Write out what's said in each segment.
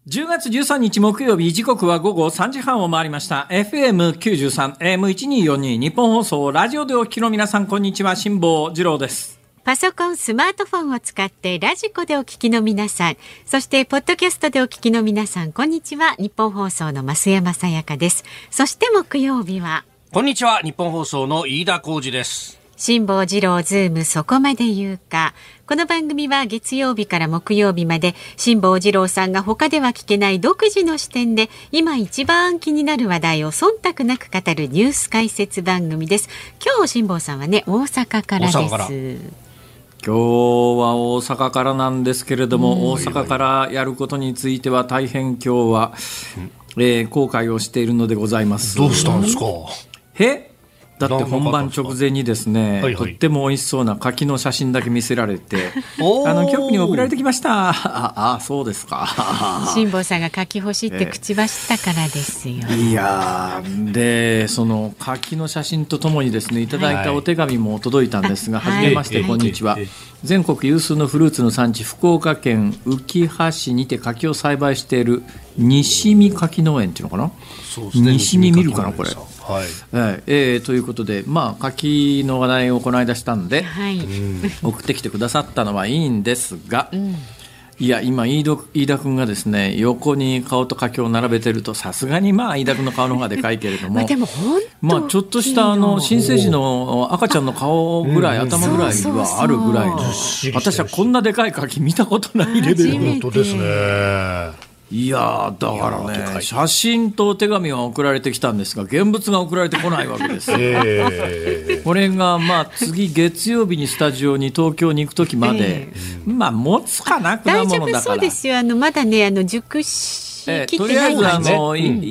10月13日木曜日、時刻は午後3時半を回りました。FM93、AM1242、日本放送、ラジオでお聞きの皆さん、こんにちは。辛坊治郎です。 パソコン、スマートフォンを使ってラジコでお聞きの皆さん、そしてポッドキャストでお聞きの皆さん、こんにちは。日本放送の増山さやかです。そして木曜日は、 こんにちは。日本放送の飯田浩司です。 辛坊治郎ズームそこまで言うか。この番組は月曜日から木曜日まで辛坊治郎さんが他では聞けない独自の視点で今一番気になる話題を忖度なく語るニュース解説番組です。今日辛坊さんはね、大阪からです。今日は大阪からなんですけれども、大阪からやることについては大変今日は、後悔をしているのでございます。 どうしたんですか？ だって本番直前にですね、とっても美味しそうな柿の写真だけ見せられて局に送られてきました。そうですか。 辛坊さんが柿欲しいって口走ったからですよ。 いやで、その柿の写真とともにですね、いただいたお手紙も届いたんですが、はじめまして、こんにちは。全国有数のフルーツの産地、福岡県浮羽市にて柿を栽培している西見柿農園っていうのかな。そうですね、西見見るかなこれ。ということで、柿の話題をこの間したんで、送ってきてくださったのはいいんですが、いや今飯田君がですね、横に顔と柿を並べてると、さすがに飯田君の顔の方がでかいけれどもでも本当ちょっとした新生児の赤ちゃんの顔ぐらい、頭ぐらいはあるぐらいの、私はこんなでかい柿見たことないレベルの。 本当ですね。 いやだからね、写真と手紙は送られてきたんですが、現物が送られてこないわけです。これが次月曜日にスタジオに東京に行く時まで、持つかな、果物だから。 大丈夫そうですよ。まだね、熟しきとってないりあえず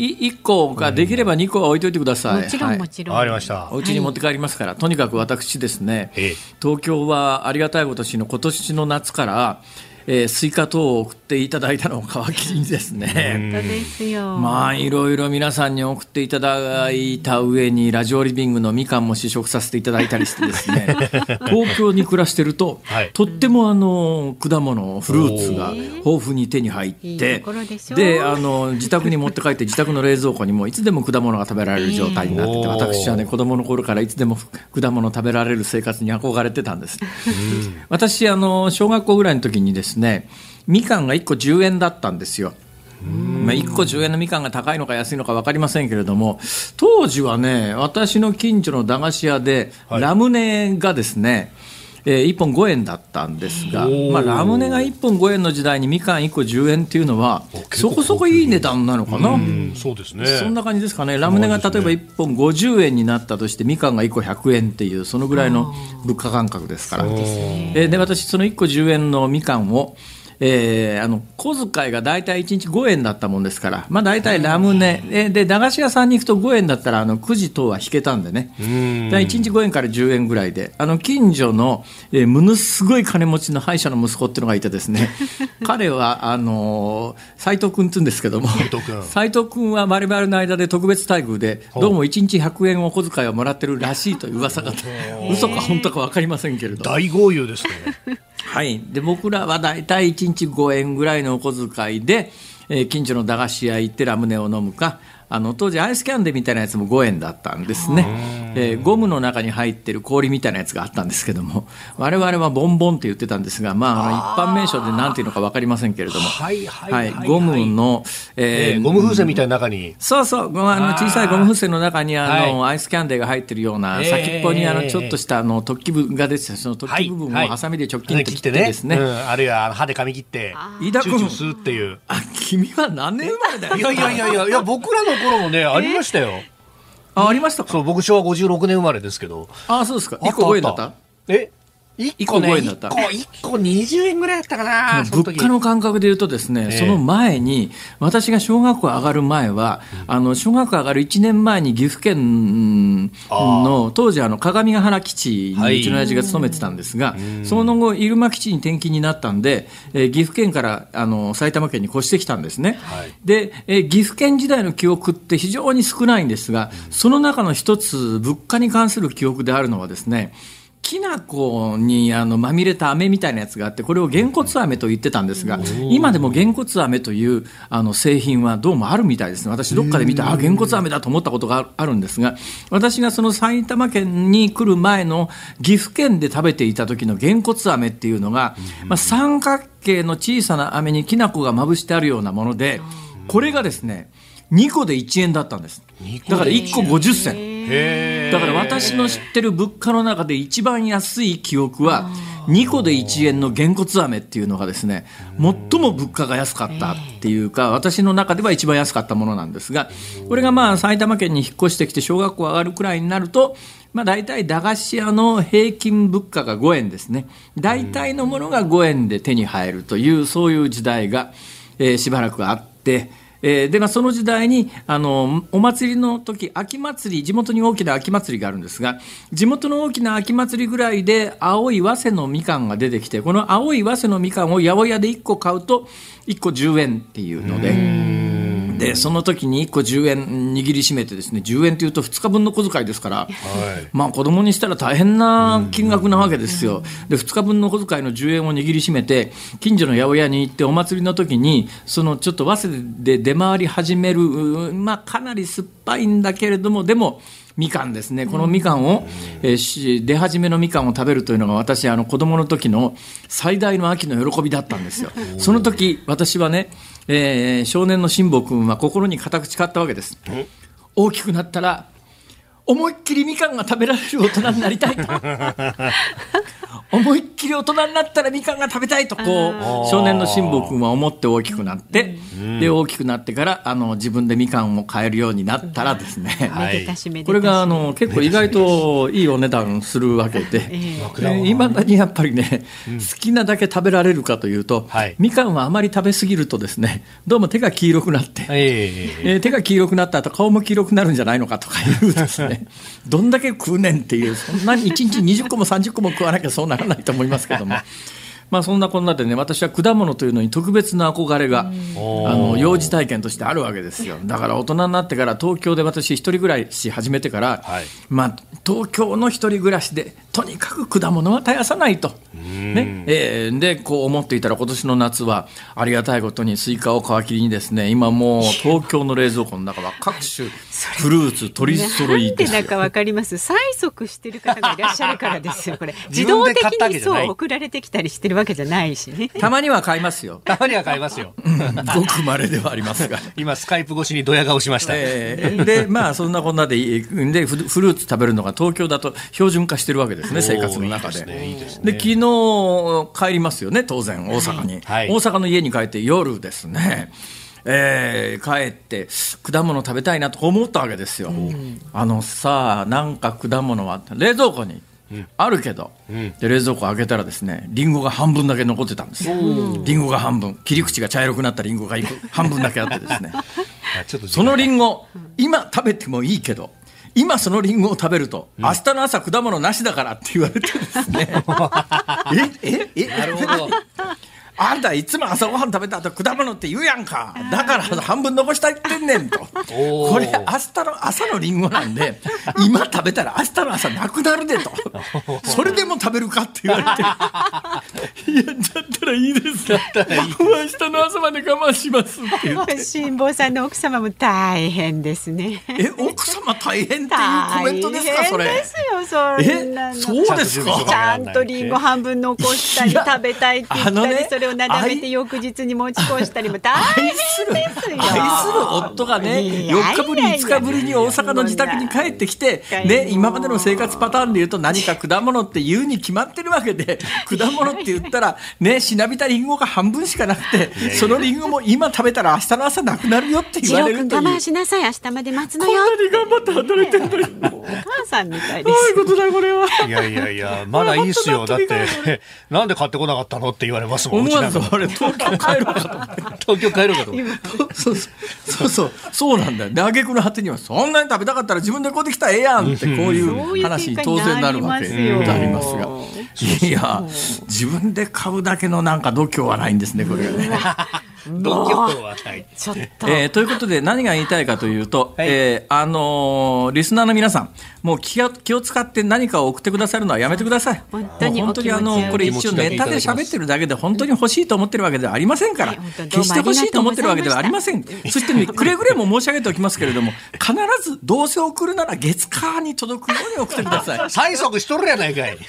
1個かできれば2個は置いといてください。 もちろんもちろん、 わかりました。 お家に持って帰りますから、とにかく私ですね、東京はありがたいことしの今年の夏からスイカ等を送っていただいたのを皮切りにですね、 本当ですよ。 いろいろ皆さんに送っていただいた上に、ラジオリビングのみかんも試食させていただいたりしてですね東京に暮らしてると、とっても果物フルーツが豊富に手に入って、 いいところでしょう。 で自宅に持って帰って自宅の冷蔵庫にもいつでも果物が食べられる状態になってて、私はね、子供の頃からいつでも果物食べられる生活に憧れてたんです。私小学校ぐらいの時にですね、みかんが1個10円だったんですよ。1個10円のみかんが高いのか安いのか分かりませんけれども、当時はね、私の近所の駄菓子屋で、ラムネがですね、1本5円だったんですが、ラムネが1本5円の時代にみかん1個10円っていうのはそこそこいい値段なのかな。 そうですね。 そんな感じですかね。ラムネが例えば1本50円になったとして、みかんが1個100円っていう、そのぐらいの物価感覚ですから。で私その1個10円のみかんを小遣いがだいたい1日5円だったもんですから、だいたいラムネで駄菓子屋さんに行くと5円だったらくじ等は引けたんでね、1日5円から10円ぐらいで、近所の、ものすごい金持ちの歯医者の息子っていうのがいてですね彼は斉藤君って言うんですけども、斉藤君は我々の間で特別待遇で、どうも1日100円お小遣いをもらってるらしいという噂が嘘か本当か分かりませんけれど、 大豪遊ですね。 で僕らはだいたい1日5円ぐらいのお小遣いで、近所の駄菓子屋行ってラムネを飲むか、当時アイスキャンデーみたいなやつも5円だったんですね。ゴムの中に入ってる氷みたいなやつがあったんですけども、我々はボンボンって言ってたんですが、一般名称で何ていうのか分かりませんけれども、ゴムの、 ゴム風船みたいな中に、 そう小さいゴム風船の中にアイスキャンデーが入ってるような、先っぽにちょっとした突起部が出て、その突起部分をハサミで直近と切ってですね、 あるいは歯で噛み切ってチューチュー吸うっていう。 君は何年生まれだよ。 いや僕らの頃もね、ありましたよ。 ありましたか。 そう、僕昭和56年生まれですけど。 そうですか。1個5円だった。 1個5円だった。1個20円ぐらいだったかな。 物価の感覚で言うとですね、その前に、私が小学校上がる前は、小学校上がる1年前に岐阜県の当時鏡ヶ原基地にうちの親父が勤めてたんですが、その後入間基地に転勤になったんで、岐阜県から埼玉県に越してきたんですね。で、岐阜県時代の記憶って非常に少ないんですが、その中の一つ物価に関する記憶であるのはですね、 きな粉にまみれた飴みたいなやつがあって、これをげんこつ飴と言ってたんですが、今でもげんこつ飴という製品はどうもあるみたいですね。私どっかで見てげんこつ飴だと思ったことがあるんですが、私がその埼玉県に来る前の岐阜県で食べていた時のげんこつ飴っていうのが、三角形の小さな飴にきな粉がまぶしてあるようなもので、これがですね2個で1円だったんです。だから1個50銭。だから私の知ってる物価の中で一番安い記憶は2個で1円のげんこつ飴っていうのがですね、最も物価が安かったっていうか、私の中では一番安かったものなんですが、これが埼玉県に引っ越してきて小学校上がるくらいになると、大体駄菓子屋の平均物価が5円ですね。大体のものが5円で手に入るという、そういう時代が、しばらくあって、でその時代にお祭りの時、秋祭り、地元に大きな秋祭りがあるんですが、地元の大きな秋祭りぐらいで青い早生のみかんが出てきて、この青い早生のみかんを八百屋で1個買うと1個10円っていうので、その時に1個10円握りしめてですね、10円というと2日分の小遣いですから、子供にしたら大変な金額なわけですよ。で2日分の小遣いの10円を握りしめて、近所の八百屋に行ってお祭りの時にそのちょっと早生で出回り始める、かなり酸っぱいんだけれども、でもみかんですね。このみかんを、出始めのみかんを食べるというのが、私子供の時の最大の秋の喜びだったんですよ。その時私はね、少年の辛坊君は心に固く誓ったわけです。大きくなったら思いっきりみかんが食べられる大人になりたいと思いっきり大人になったらみかんが食べたいと少年の辛坊君は思って大きくなって、で大きくなってから自分でみかんを買えるようになったらですね、これが結構意外といいお値段するわけで、いまだにやっぱりね、好きなだけ食べられるかというと、みかんはあまり食べ過ぎるとですね、どうも手が黄色くなって、手が黄色くなった後顔も黄色くなるんじゃないのかとかいうですねどんだけ食うねんっていう、そんなに1日20個も30個も食わなきゃそうならないと思いますけどもそんなこんなでね、私は果物というのに特別な憧れが幼児体験としてあるわけですよ。だから大人になってから東京で私一人暮らし始めてから、東京の一人暮らしでとにかく果物は絶やさないと、でこう思っていたら、今年の夏はありがたいことにスイカを皮切りにですね、今もう東京の冷蔵庫の中は各種フルーツ取り揃いですよ。 なんでだか分かります？催促してる方がいらっしゃるからですよ。これ自動的にそう送られてきたりしてるわけじゃないしね。 たまには買いますよ。 たまには買いますよ。 ごく稀ではありますが今スカイプ越しにドヤ顔しました。 でそんなこんなでフルーツ食べるのが東京だと標準化してるわけですね、生活の中で。で昨日帰りますよね、当然大阪に、大阪の家に帰って夜ですね、帰って果物食べたいなと思ったわけですよ。なんか果物は冷蔵庫にあるけど、で冷蔵庫開けたらですね、リンゴが半分だけ残ってたんですよ。リンゴが半分、切り口が茶色くなったリンゴが半分だけあってですねそのリンゴ今食べてもいいけど、今そのリンゴを食べると、明日の朝果物なしだからって言われてですねなるほど。 あんたいつも朝ごはん食べた後果物って言うやんか、だから半分残したってんねんと。これ明日の朝のリンゴなんで、今食べたら明日の朝なくなるでと。それでも食べるかって言われていや、だったらいいです明日の朝まで我慢しますって言って辛坊さんの奥様も大変ですね。 奥様大変っていうコメントですか、それ。 大変ですよ、そんなの。 そうですか。 ちゃんとリンゴ半分残したり食べたいって言ったり、それをなだめて翌日に持ち越したりも大変ですよ。 愛する夫がね、4日ぶり5日ぶりに大阪の自宅に帰ってきて、今までの生活パターンでいうと何か果物って言うに決まってるわけで、果物って言ったらね、しなびたリンゴが半分しかなくて、そのリンゴも今食べたら明日の朝なくなるよって言われるという。 我慢しなさい、明日まで待つのよ。 こんなに頑張って働いてるのにお母さんみたいです。 どういうことだこれは。 いやまだいいっすよ。だってなんで買ってこなかったのって言われますもん。 思わずあれ東京帰ろうかと思って東京帰ろうかと思ってそうなんだよ。で挙句の果てには、そんなに食べたかったら自分で買ってきたらええやんって、こういう話に当然なるわけでありますが、いや自分で買うだけのなんか度胸はないんですね、これがね。 度胸はない。 ちょっと、 ということで何が言いたいかというと、リスナーの皆さん、もう気を使って何かを送ってくださるのはやめてください。 本当にこれ一応ネタで喋ってるだけで本当に欲しいと思ってるわけではありませんから、決して欲しいと思ってるわけではありません。そして、くれぐれも申し上げておきますけれども、必ずどうせ送るなら月火に届くように送ってください。 催促しとるやないかい。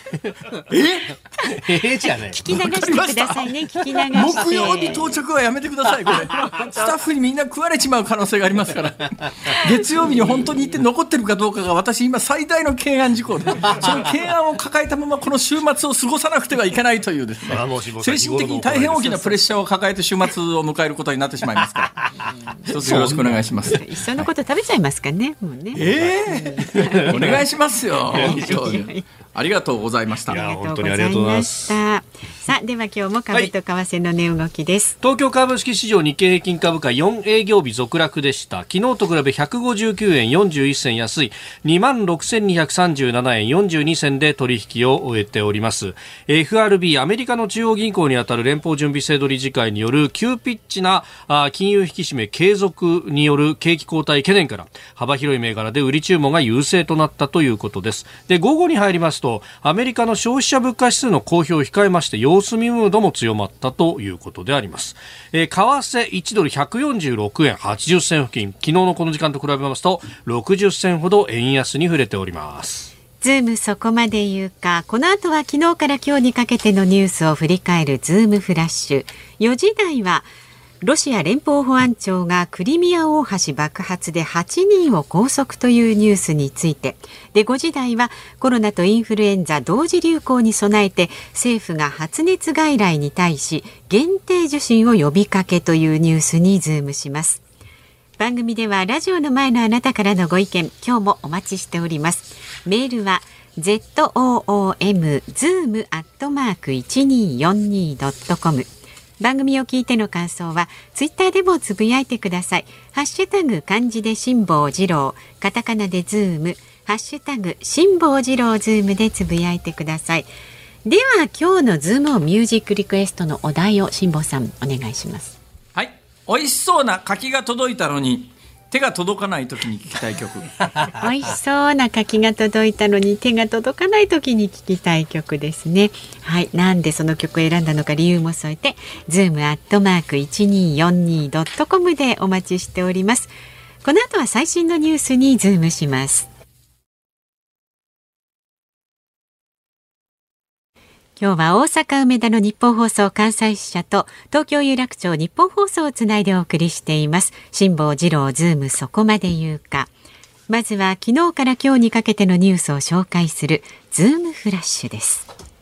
じゃない。 聞き流してくださいね。聞き流して。 木曜日到着はやめてください。これスタッフにみんな食われちまう可能性がありますから。月曜日に本当に行って残ってるかどうかが私今最大の懸案事項で、その懸案を抱えたままこの週末を過ごさなくてはいけないというですね、精神的に大変大きなプレッシャーを抱えて週末を迎えることになってしまいますから一つよろしくお願いします。 いっそのこと食べちゃいますかね、もうね。 お願いしますよ。ありがとうございました。 いや本当にありがとうございました。さあでは今日も株と為替の値動きです。 東京株式市場日経平均株価4営業日続落でした。昨日と比べ159円41銭安い 26,237 円42銭で取引を終えております。 FRB アメリカの中央銀行にあたる連邦準備制度理事会による急ピッチな金融引き締め継続による景気後退懸念から幅広い銘柄で売り注文が優勢となったということです。で午後に入りますとアメリカの消費者物価指数の公表を控えまして様子見ムードも強まったということであります。為替1ドル146円80銭付近、昨日のこの時間と比べますと60銭ほど円安に触れております。 ズームそこまで言うか。この後は昨日から今日にかけてのニュースを振り返るズームフラッシュ。4時台はロシア連邦保安庁がクリミア大橋爆発で8人を拘束というニュースについてで、5時台はコロナとインフルエンザ同時流行に備えて政府が発熱外来に対し限定受診を呼びかけというニュースにズームします。番組ではラジオの前のあなたからのご意見今日もお待ちしております。メールは zoom@1242.com、番組を聞いての感想はツイッターでもつぶやいてください。ハッシュタグ漢字で辛坊治郎、カタカナでズーム、ハッシュタグ辛坊治郎ズームでつぶやいてください。では今日のズームをミュージックリクエストのお題を辛坊さんお願いします。 はい、美味しそうな柿が届いたのに手が届かない時に聞きたい曲。 美味しそうな柿が届いたのに手が届かない時に聞きたい曲ですね。はい、なんでその曲を選んだのか理由も添えて zoom@1242.com でお待ちしております。この後は最新のニュースにズームします。今日は大阪梅田の日本放送関西支社と東京有楽町日本放送をつないでお送りしています。辛坊治郎ズームそこまで言うか。まずは昨日から今日にかけてのニュースを紹介するズームフラッシュです。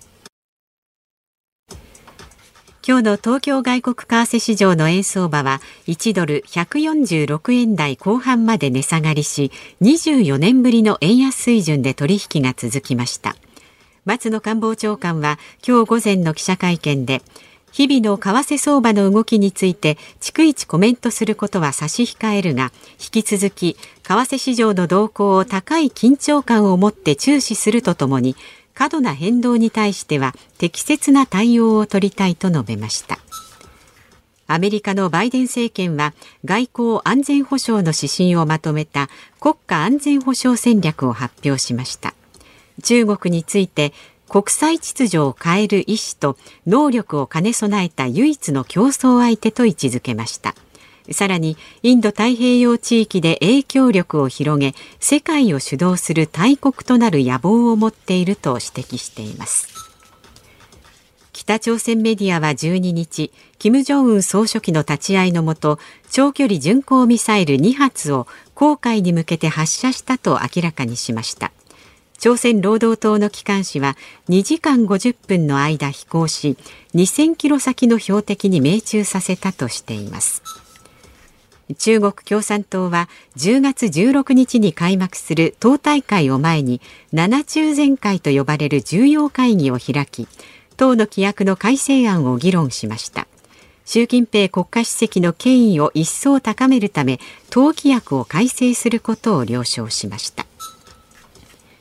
今日の東京外国為替市場の円相場は1ドル146円台後半まで値下がりし、24年ぶりの円安水準で取引が続きました。松野官房長官は今日午前の記者会見で、日々の為替相場の動きについて逐一コメントすることは差し控えるが、引き続き為替市場の動向を高い緊張感を持って注視するとともに、過度な変動に対しては適切な対応を取りたいと述べました。アメリカのバイデン政権は外交安全保障の指針をまとめた国家安全保障戦略を発表しました。中国について国際秩序を変える意思と能力を兼ね備えた唯一の競争相手と位置づけました。さらにインド太平洋地域で影響力を広げ、世界を主導する大国となる野望を持っていると指摘しています。北朝鮮メディアは12日、金正恩総書記の立ち会いのもと、長距離巡航ミサイル2発を黄海に向けて発射したと明らかにしました。朝鮮労働党の機関紙は2時間50分の間飛行し、2000キロ先の標的に命中させたとしています。中国共産党は10月16日に開幕する党大会を前に7中全会と呼ばれる重要会議を開き、党の規約の改正案を議論しました。習近平国家主席の権威を一層高めるため、党規約を改正することを了承しました。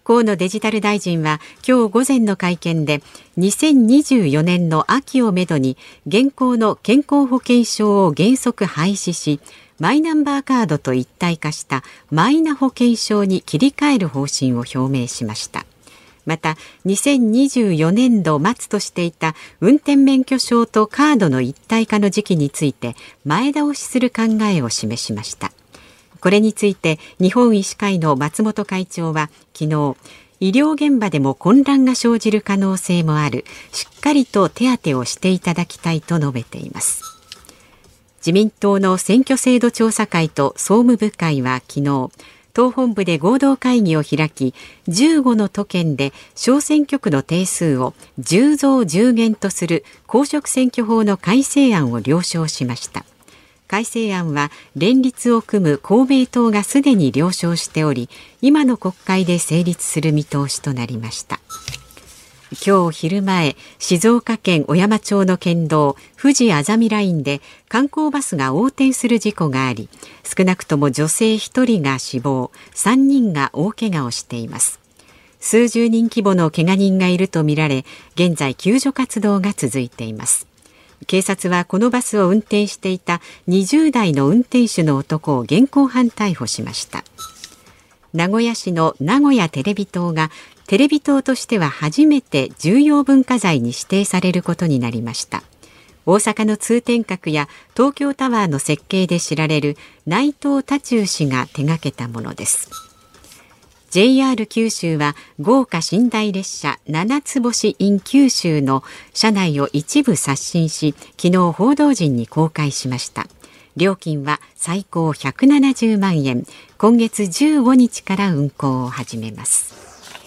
河野デジタル大臣は今日午前の会見で2024年の秋をめどに現行の健康保険証を原則廃止し、マイナンバーカードと一体化したマイナ保険証に切り替える方針を表明しました。また2024年度末としていた運転免許証とカードの一体化の時期について前倒しする考えを示しました。これについて日本医師会の松本会長は昨日、医療現場でも混乱が生じる可能性もある、しっかりと手当てをしていただきたいと述べています。自民党の選挙制度調査会と総務部会は昨日、党本部で合同会議を開き、15の都県で小選挙区の定数を10増10減とする公職選挙法の改正案を了承しました。改正案は連立を組む公明党がすでに了承しており、今の国会で成立する見通しとなりました。今日昼前、静岡県小山町の県道富士あざみラインで観光バスが横転する事故があり、少なくとも女性1人が死亡、3人が大怪我をしています。数十人規模の怪我人がいるとみられ、現在救助活動が続いています。警察はこのバスを運転していた20代の運転手の男を現行犯逮捕しました。名古屋市の名古屋テレビ塔がテレビ塔としては初めて重要文化財に指定されることになりました。大阪の通天閣や東京タワーの設計で知られる内藤多仲氏が手掛けたものです。JR 九州は豪華寝台列車七つ星 in 九州の車内を一部刷新し、昨日報道陣に公開しました。料金は最高170万円。今月15日から運行を始めます。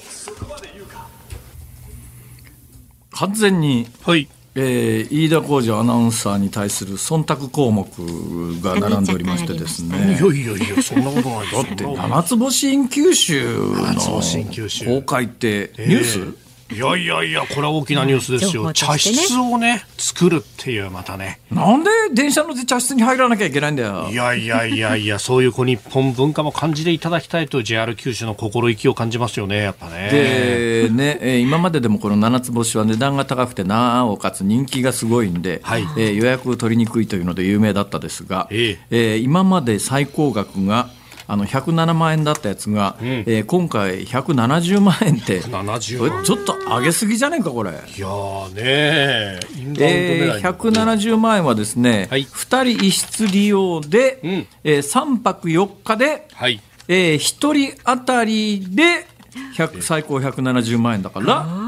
完全に、 はい、 飯田浩司アナウンサーに対する忖度項目が並んでおりましてですね。 いやそんなことないです。 だって七つ星 in 九州の公開ってニュース、 いやこれは大きなニュースですよ。茶室をね作るっていう、またね、 なんで電車の茶室に入らなきゃいけないんだよ。 いやそういう日本文化も感じていただきたいと JR 九州の心意気を感じますよね、やっぱね。 でね、今まででもこの七つ星は値段が高くてなおかつ人気がすごいんで、はい、予約取りにくいというので有名だったですが、今まで最高額が107万円だったやつが、今回170万円って、ちょっと上げすぎじゃねえかこれ。いやね、 170万円はですね、はい、2人1室利用で、3泊4日で、はい、1人当たりで最高170万円だから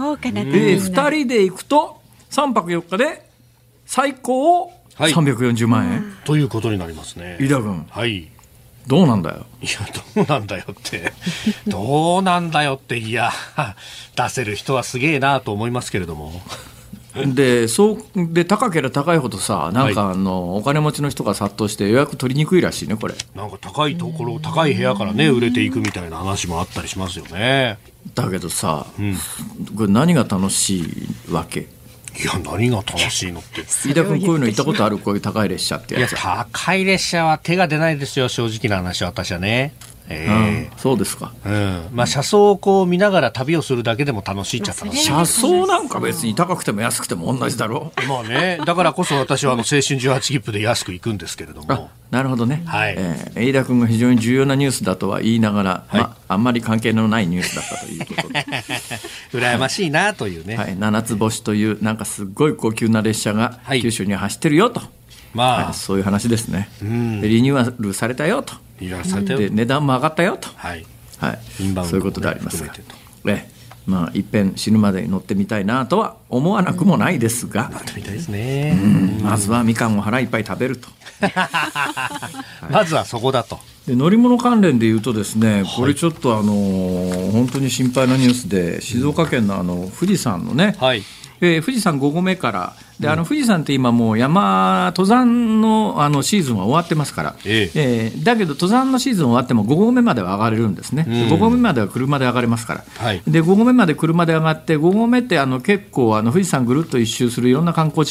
、2人で行くと3泊4日で最高340万円、 ということになりますね。 飯田君、 はい、 どうなんだよ。 いや、どうなんだよってどうなんだよって、いや出せる人はすげえなと思いますけれどもで高ければ高いほどさ、なんかお金持ちの人が殺到して予約取りにくいらしいね。これなんか高いところ、高い部屋からね売れていくみたいな話もあったりしますよね。 だけどさ、これ何が楽しいわけ？ いや、何が楽しいのって。 飯田君、こういうの行ったことある？こういう高い列車ってやつ。 いや、高い列車は手が出ないですよ、正直な話は。私はね、 そうですか。 まあ、車窓をこう見ながら旅をするだけでも楽しいっちゃ楽しい。 車窓なんか別に高くても安くても同じだろう。 まあね、だからこそ私は青春18切符で安く行くんですけれども。 なるほどね。 はい、 飯田君が非常に重要なニュースだとは言いながら、はい、あんまり関係のないニュースだったということで羨ましいなというね、 はい、七つ星というなんかすごい高級な列車が九州に走ってるよと、はい、そういう話ですね。リニューアルされたよと、で値段も上がったよと、はいはい、そういうことでありますが、まあ、いっぺん死ぬまで乗ってみたいなとは思わなくもないですが、 乗ってみたいですね。 まずはみかんを腹いっぱい食べるとまずはそこだと。 で乗り物関連でいうとですね、これちょっと本当に心配なニュースで、静岡県の富士山のね、はい、富士山5合目からで、富士山って今もう登山のシーズンは終わってますから、だけど登山のシーズン終わっても5合目までは上がれるんですね。5合目までは車で上がれますから、はい、で5合目まで車で上がって、5合目って結構富士山ぐるっと一周するいろんな観光地もあっ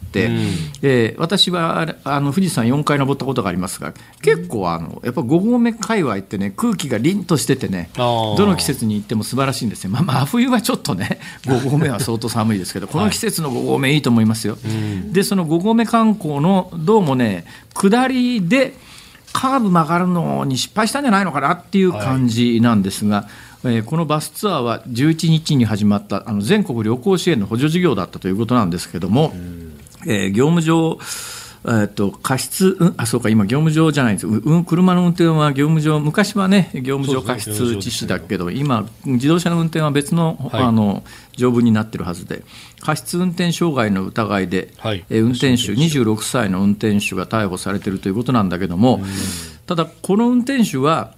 て、私は富士山4回登ったことがありますが、結構やっぱ5合目界隈ってね、空気が凛としててね、どの季節に行っても素晴らしいんですよ。真冬はちょっとね5合目は相当寒いですけど、この季節の5合目いいと思いますよ。でその5合目観光のどうもね、下りでカーブ曲がるのに失敗したんじゃないのかなっていう感じなんですが、このバスツアーは11日に始まった全国旅行支援の補助事業だったということなんですけども、業務上過失、そうか、今業務上じゃないんです。車の運転は業務上、昔はね業務上過失致死だけど、今自動車の運転は別の、条文になってるはずで、過失運転傷害の疑いで、運転手26歳の運転手が逮捕されているということなんだけども、ただこの運転手は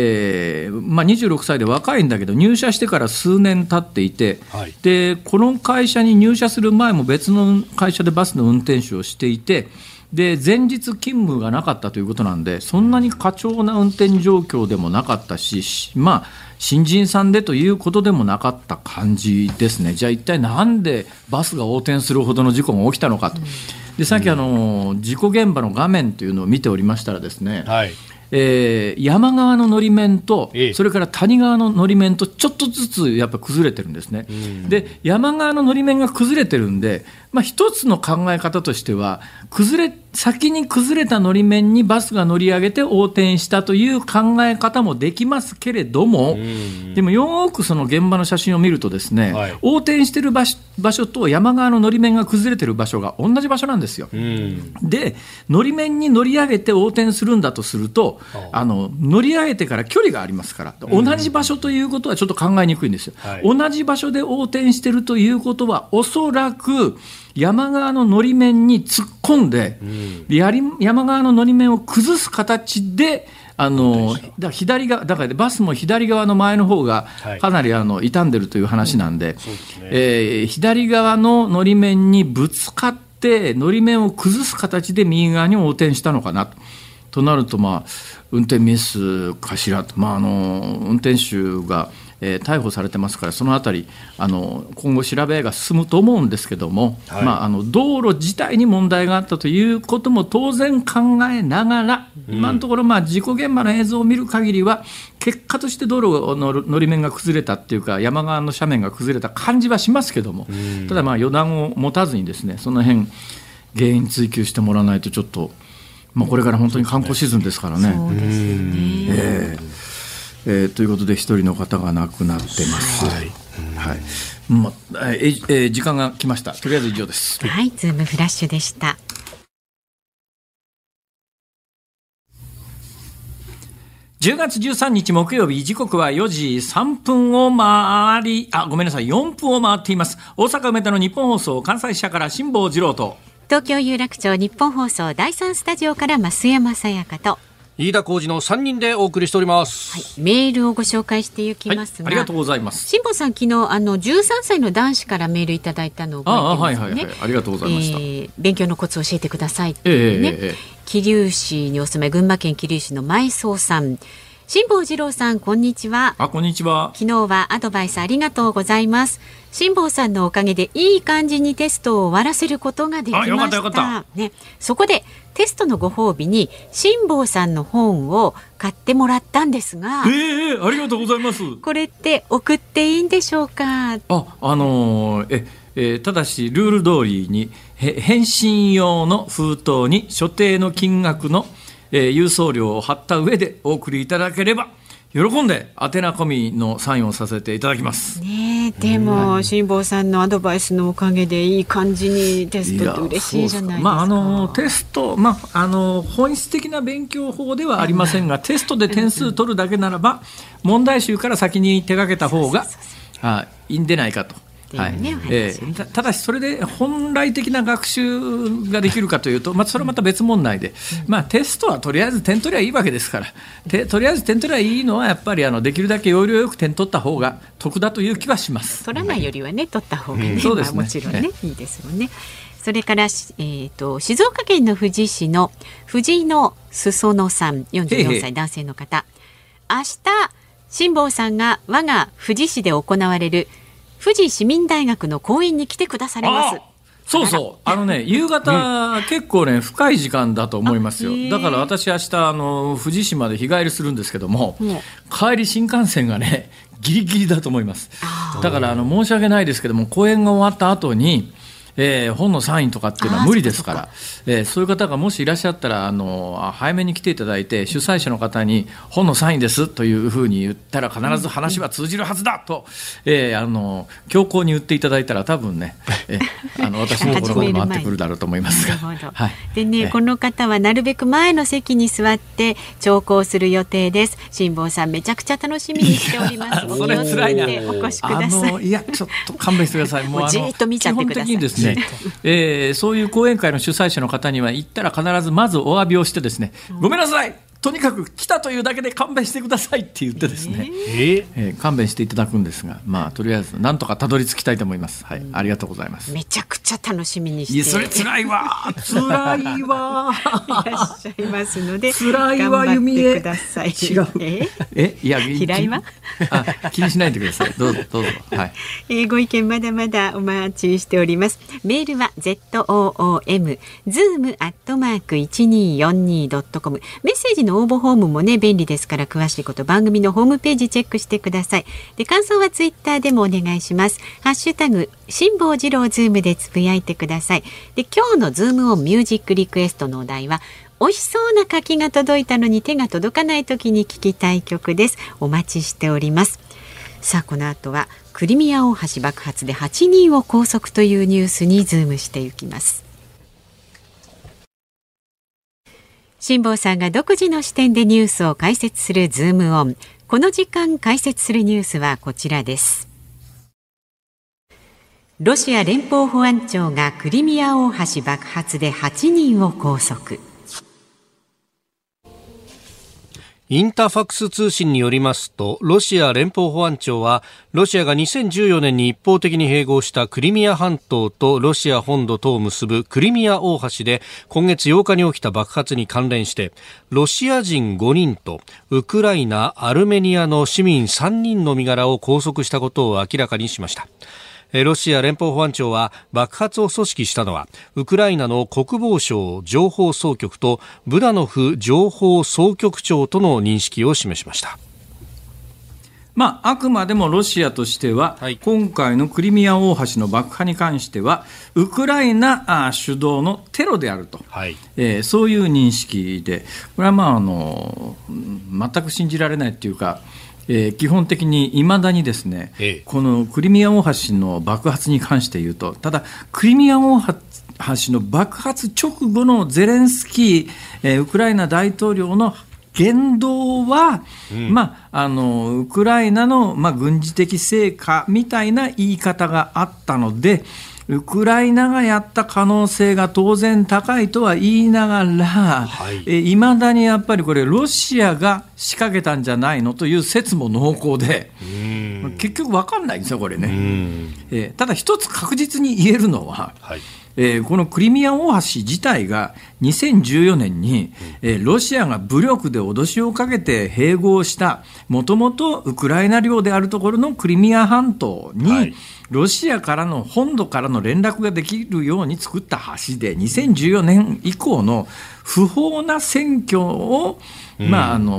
26歳で若いんだけど、入社してから数年経っていて、でこの会社に入社する前も別の会社でバスの運転手をしていて、で前日勤務がなかったということなんで、そんなに過剰な運転状況でもなかったし、新人さんでということでもなかった感じですね。じゃあ一体なんでバスが横転するほどの事故が起きたのかと。でさっき事故現場の画面というのを見ておりましたらですね、山側ののり面とそれから谷側ののり面とちょっとずつやっぱ崩れてるんですね。で山側ののり面が崩れてるんで、一つの考え方としては先に崩れたのり面にバスが乗り上げて横転したという考え方もできますけれども、でもよくその現場の写真を見るとですね、横転している場所と山側ののり面が崩れている場所が同じ場所なんですよ。でのり面に乗り上げて横転するんだとすると、乗り上げてから距離がありますから、同じ場所ということはちょっと考えにくいんですよ。同じ場所で横転しているということは、おそらく山側ののり面に突っ込んで、山側ののり面を崩す形で左側だからバスも左側の前の方がかなり傷んでるという話なんで、左側ののり面にぶつかってのり面を崩す形で右側に横転したのかなとなると、運転ミスかしらと、運転手が逮捕されてますから、そのあたり今後調べが進むと思うんですけども、道路自体に問題があったということも当然考えながら、今のところ事故現場の映像を見る限りは結果として道路ののり面が崩れたっていうか、山側の斜面が崩れた感じはしますけども、ただ予断を持たずにですね、その辺原因追及してもらわないとちょっと、これから本当に観光シーズンですからね。 そうですよね。 ということで一人の方が亡くなってます。時間が来ました。とりあえず以上です。 ズームフラッシュでした。 10月13日木曜日、時刻は4時3分を回り、4分を回っています。大阪梅田の日本放送関西支社から辛坊治郎と、 東京有楽町日本放送第3スタジオから増山さやかと飯田浩司の3人でお送りしております。 メールをご紹介していきますが、 ありがとうございます。 辛坊さん、昨日13歳の男子からメールいただいたのを覚えてますね。 ありがとうございました。 勉強のコツを教えてくださいっていうね、桐生市にお住まい、群馬県桐生市の埋葬さん、辛坊治郎さん、こんにちは。 こんにちは。 昨日はアドバイスありがとうございます。辛坊さんのおかげでいい感じにテストを終わらせることができました。 よかったよかった、 ね、そこでテストのご褒美に辛坊さんの本を買ってもらったんですが、 ありがとうございます。 これって送っていいんでしょうか？ ただしルール通りに返信用の封筒に所定の金額の郵送料を貼った上でお送りいただければ喜んで宛名込みのサインをさせていただきます、 でも辛坊さんのアドバイスのおかげでいい感じにテストって嬉しいじゃないですか。 テスト、本質的な勉強法ではありませんが、テストで点数取るだけならば問題集から先に手掛けた方がいいんでないかと。ただしそれで本来的な学習ができるかというと、それはまた別問題で、テストはとりあえず点取りゃいいわけですから、とりあえず点取りゃいいのはやっぱりできるだけ要領よく点取った方が得だという気はします。 取らないよりはね、取った方がね、 そうですね、 もちろんね、いいですよね。それから、静岡県の富士市の藤井の裾野さん、44歳男性の方、明日辛坊さんが我が富士市で行われる富士市民大学の講演に来てくだされます。 そうそう、夕方、結構ね深い時間だと思いますよ。だから私明日富士市まで日帰りするんですけども、帰り新幹線がねギリギリだと思います。だから申し訳ないですけども、公演が終わった後に本のサインとかっていうのは無理ですから、そういう方がもしいらっしゃったら早めに来ていただいて、主催者の方に本のサインですというふうに言ったら必ず話は通じるはずだと、強硬に言っていただいたら多分ね、私のところに回ってくるだろうと思いますが、はい、 でね、この方はなるべく前の席に座って聴講する予定です。辛坊さんめちゃくちゃ楽しみにしております。 それ辛いな。 お越しください。 いやちょっと勘弁してください。 もうじーっと見ちゃってください。 基本的にですね、そういう講演会の主催者の方には行ったら必ずまずお詫びをしてですね、ごめんなさい、とにかく来たというだけで勘弁してくださいって言ってですね、勘弁していただくんですが、とりあえずなんとかたどり着きたいと思います。はい、ありがとうございます。 めちゃくちゃ楽しみにして、 いやそれ辛いわ辛いわいらっしゃいますので、 辛いわ頑張ってください。 違ういや平井は気にしないでください。どうぞどうぞ。はい、 ご意見まだまだお待ちしております。メールは ZOOM zoom@1242.com、 メッセージの応募フォームもね便利ですから、詳しいこと番組のホームページチェックしてください。で、感想はツイッターでもお願いします。ハッシュタグ辛坊治郎ズームでつぶやいてください。で、今日のズームオンミュージックリクエストのお題は、美味しそうな柿が届いたのに手が届かない時に聴きたい曲です。お待ちしております。さあ、この後はクリミア大橋爆発で8人を拘束というニュースにズームしていきます。辛坊さんが独自の視点でニュースを解説するズームオン。この時間解説するニュースはこちらです。ロシア連邦保安庁がクリミア大橋爆発で8人を拘束。 インタファクス通信によりますと、ロシア連邦保安庁はロシアが2014年に一方的に併合したクリミア半島とロシア本土とを結ぶクリミア大橋で今月8日に起きた爆発に関連して、ロシア人5人とウクライナ、アルメニアの市民3人の身柄を拘束したことを明らかにしました。ロシア連邦保安庁は爆発を組織したのはウクライナの国防省情報総局とブダノフ情報総局長との認識を示しました。 あくまでもロシアとしては、今回のクリミア大橋の爆破に関してはウクライナ主導のテロであると、そういう認識で、これは全く信じられないというか、基本的に未だにですね、このクリミア大橋の爆発に関して言うと、ただクリミア大橋の爆発直後のゼレンスキー、ウクライナ大統領の言動は、ウクライナの、軍事的成果みたいな言い方があったので、ウクライナがやった可能性が当然高いとは言いながら、いまだにやっぱりこれロシアが仕掛けたんじゃないのという説も濃厚で、結局分かんないんですよこれね。ただ一つ確実に言えるのは、このクリミア大橋自体が2014年に、ロシアが武力で脅しをかけて併合したもともとウクライナ領であるところのクリミア半島に、ロシアからの本土からの連絡ができるように作った橋で、2014年以降の不法な占拠を不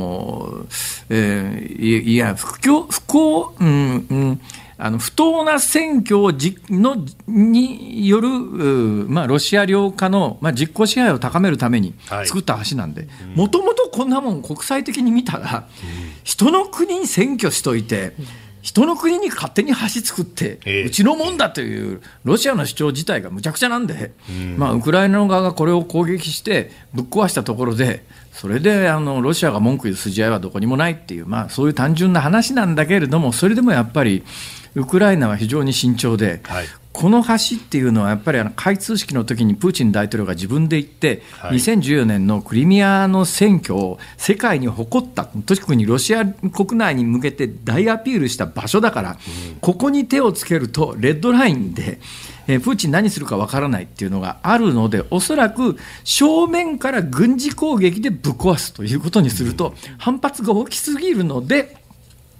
当な占拠による、ロシア領下の、実効支配を高めるために作った橋なんで、もともとこんなもん国際的に見たら、人の国に占拠しといて、人の国に勝手に橋作って、うちのもんだというロシアの主張自体がむちゃくちゃなんで、ウクライナ側がこれを攻撃してぶっ壊したところで、それでロシアが文句言う筋合いはどこにもないっていう、そういう単純な話なんだけれども、それでもやっぱりウクライナは非常に慎重で、この橋っていうのはやっぱり開通式の時にプーチン大統領が自分で言って、2014年のクリミアの占拠を世界に誇った、特にロシア国内に向けて大アピールした場所だから、ここに手をつけるとレッドラインで、プーチン何するかわからないっていうのがあるので、おそらく正面から軍事攻撃でぶっ壊すということにすると反発が大きすぎるので、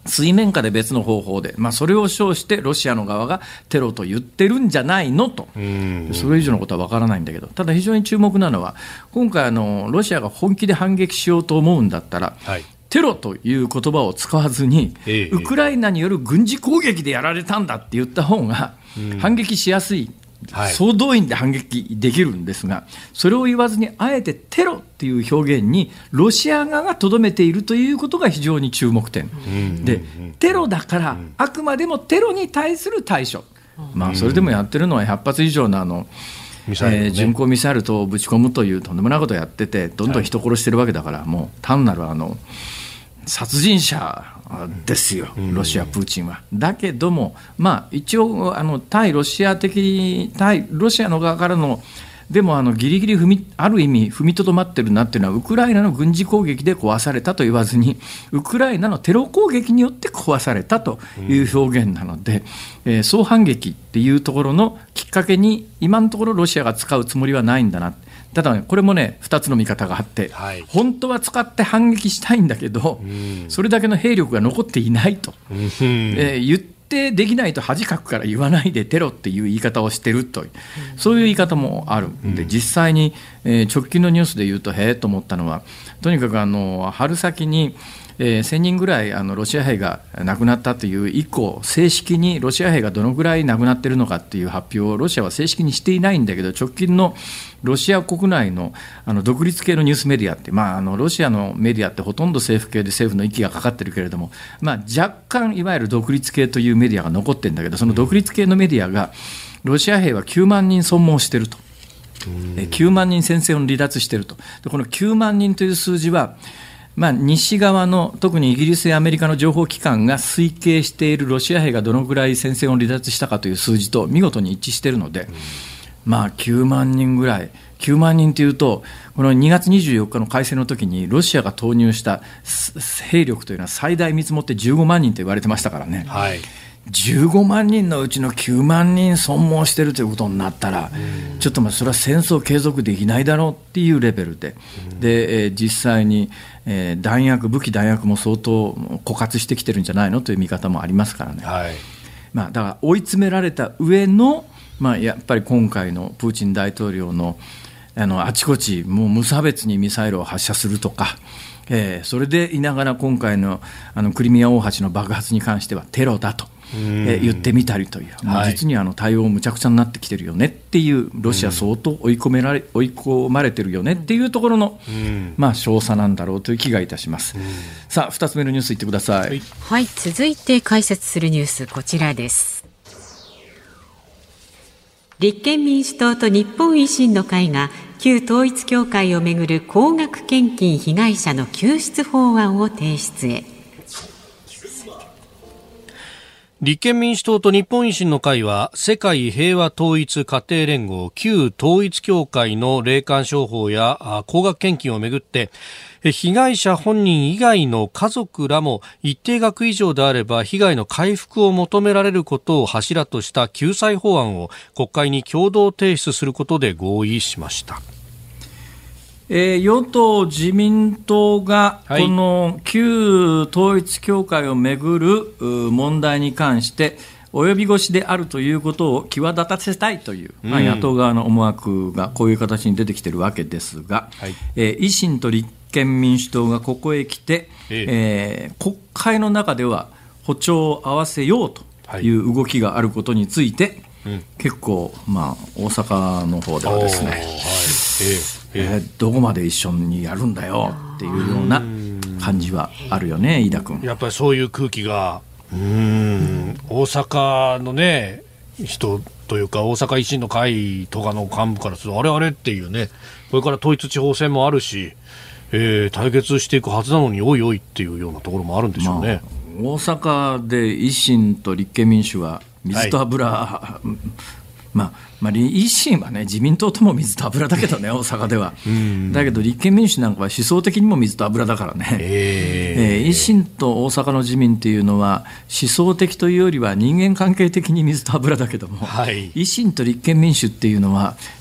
水面下で別の方法で、それを称してロシアの側がテロと言ってるんじゃないのと、それ以上のことは分からないんだけど、ただ非常に注目なのは、今回ロシアが本気で反撃しようと思うんだったら、テロという言葉を使わずに、ウクライナによる軍事攻撃でやられたんだって言った方が反撃しやすい、総動員で反撃できるんですが、それを言わずにあえてテロっていう表現にロシア側がとどめているということが非常に注目点で、テロだからあくまでもテロに対する対処、それでもやってるのは100発以上の巡航ミサイルとぶち込むというとんでもないことをやってて、どんどん人殺してるわけだから、もう単なる殺人者ですよ、ロシア、プーチンは。だけども、一応対ロシアの側からの、でもギリギリある意味踏みとどまってるなっていうのは、ウクライナの軍事攻撃で壊されたと言わずに、ウクライナのテロ攻撃によって壊されたという表現なので、総反撃っていうところのきっかけに今のところロシアが使うつもりはないんだな。ただこれもね、2つの見方があって、本当は使って反撃したいんだけど、それだけの兵力が残っていないと、言ってできないと恥かくから言わないでテロっていう言い方をしてるという、そういう言い方もあるんで、実際に、直近のニュースで言うとへえと思ったのは、とにかく春先に1000人ぐらいロシア兵が亡くなったという以降、正式にロシア兵がどのぐらい亡くなっているのかという発表をロシアは正式にしていないんだけど、直近のロシア国内の独立系のニュースメディアって、ロシアのメディアってほとんど政府系で政府の息がかかってるけれども、若干いわゆる独立系というメディアが残ってるんだけど、その独立系のメディアがロシア兵は9万人損耗していると、9万人戦線を離脱していると。でこの9万人という数字は西側の特にイギリスやアメリカの情報機関が推計しているロシア兵がどのぐらい戦線を離脱したかという数字と見事に一致しているので、9万人ぐらい、9万人というと、この2月24日の開戦の時にロシアが投入した兵力というのは最大見積もって15万人と言われてましたからね、15万人のうちの9万人損耗しているということになったら、ちょっとそれは戦争継続できないだろうっていうレベルで、実際に武器弾薬も相当枯渇してきてるんじゃないのという見方もありますからね、だから追い詰められた上の、やっぱり今回のプーチン大統領のあちこちもう無差別にミサイルを発射するとか、それでいながら今回のクリミア大橋の爆発に関してはテロだと言ってみたりという、実に対応むちゃくちゃになってきてるよねっていう、ロシア相当追い込まれてるよねっていうところの、少佐なんだろうという気がいたします。さあ2つ目のニュースいってください。 続いて解説するニュース、こちらです。立憲民主党と日本維新の会が旧統一教会をめぐる高額献金被害者の救出法案を提出へ。 立憲民主党と日本維新の会は世界平和統一家庭連合旧統一教会の霊感商法や高額献金をめぐって、被害者本人以外の家族らも一定額以上であれば被害の回復を求められることを柱とした救済法案を国会に共同提出することで合意しました。 与党自民党がこの旧統一教会をめぐる問題に関して及び腰であるということを際立たせたいという、野党側の思惑がこういう形に出てきているわけですが、維新と立憲民主党がここへ来て、国会の中では歩調を合わせようという動きがあることについて、結構、大阪の方ではですね、どこまで一緒にやるんだよっていうような感じはあるよね、飯田君。 やっぱりそういう空気が大阪のね人というか、大阪維新の会とかの幹部からするとあれっていうね、これから統一地方選もあるし、対決していくはずなのにおいおいっていうようなところもあるんでしょうね。 大阪で維新と立憲民主は水と油、維新はね、自民党とも水と油だけどね、大阪では。だけど立憲民主なんかは思想的にも水と油だからね。維新と大阪の自民というのは思想的というよりは人間関係的に水と油だけども、維新と立憲民主っていうのは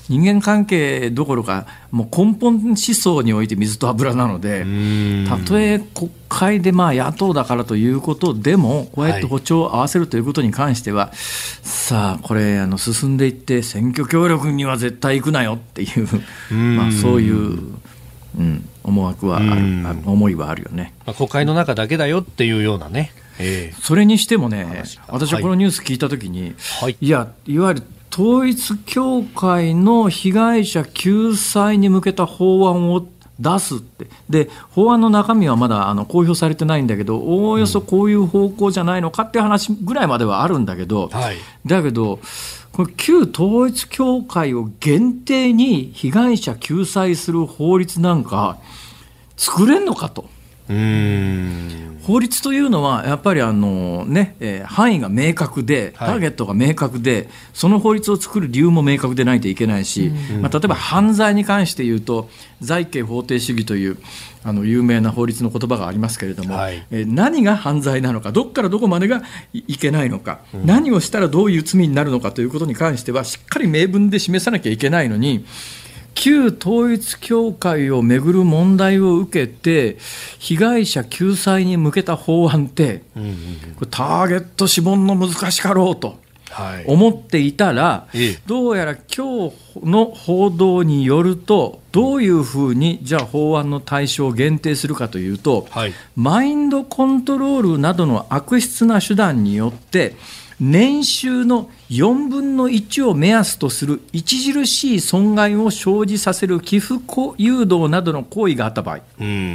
人間関係どころかもう根本思想において水と油なので、たとえ国会で野党だからということでもこうやって歩調を合わせるということに関しては、さあこれ進んでいって選挙協力には絶対行くなよっていう、そういう、思惑はある、思いはあるよね。 国会の中だけだよっていうようなね。 それにしてもね、私はこのニュース聞いたときに、いわゆる統一教会の被害者救済に向けた法案を出すって、で法案の中身はまだ公表されてないんだけど、おおよそこういう方向じゃないのかっていう話ぐらいまではあるんだけど、だけどこれ旧統一教会を限定に被害者救済する法律なんか作れんのかと。法律というのはやっぱり範囲が明確でターゲットが明確で、その法律を作る理由も明確でないといけないし、例えば犯罪に関して言うと罪刑法定主義という有名な法律の言葉がありますけれども、何が犯罪なのか、どこからどこまでがいけないのか、何をしたらどういう罪になるのかということに関してはしっかり明文で示さなきゃいけないのに、旧統一教会をめぐる問題を受けて被害者救済に向けた法案って、これターゲット絞るの難しかろうと思っていたら、どうやら今日の報道によると、どういうふうにじゃあ法案の対象を限定するかというと、マインドコントロールなどの悪質な手段によって年収の4分の1を目安とする著しい損害を生じさせる寄付誘導などの行為があった場合、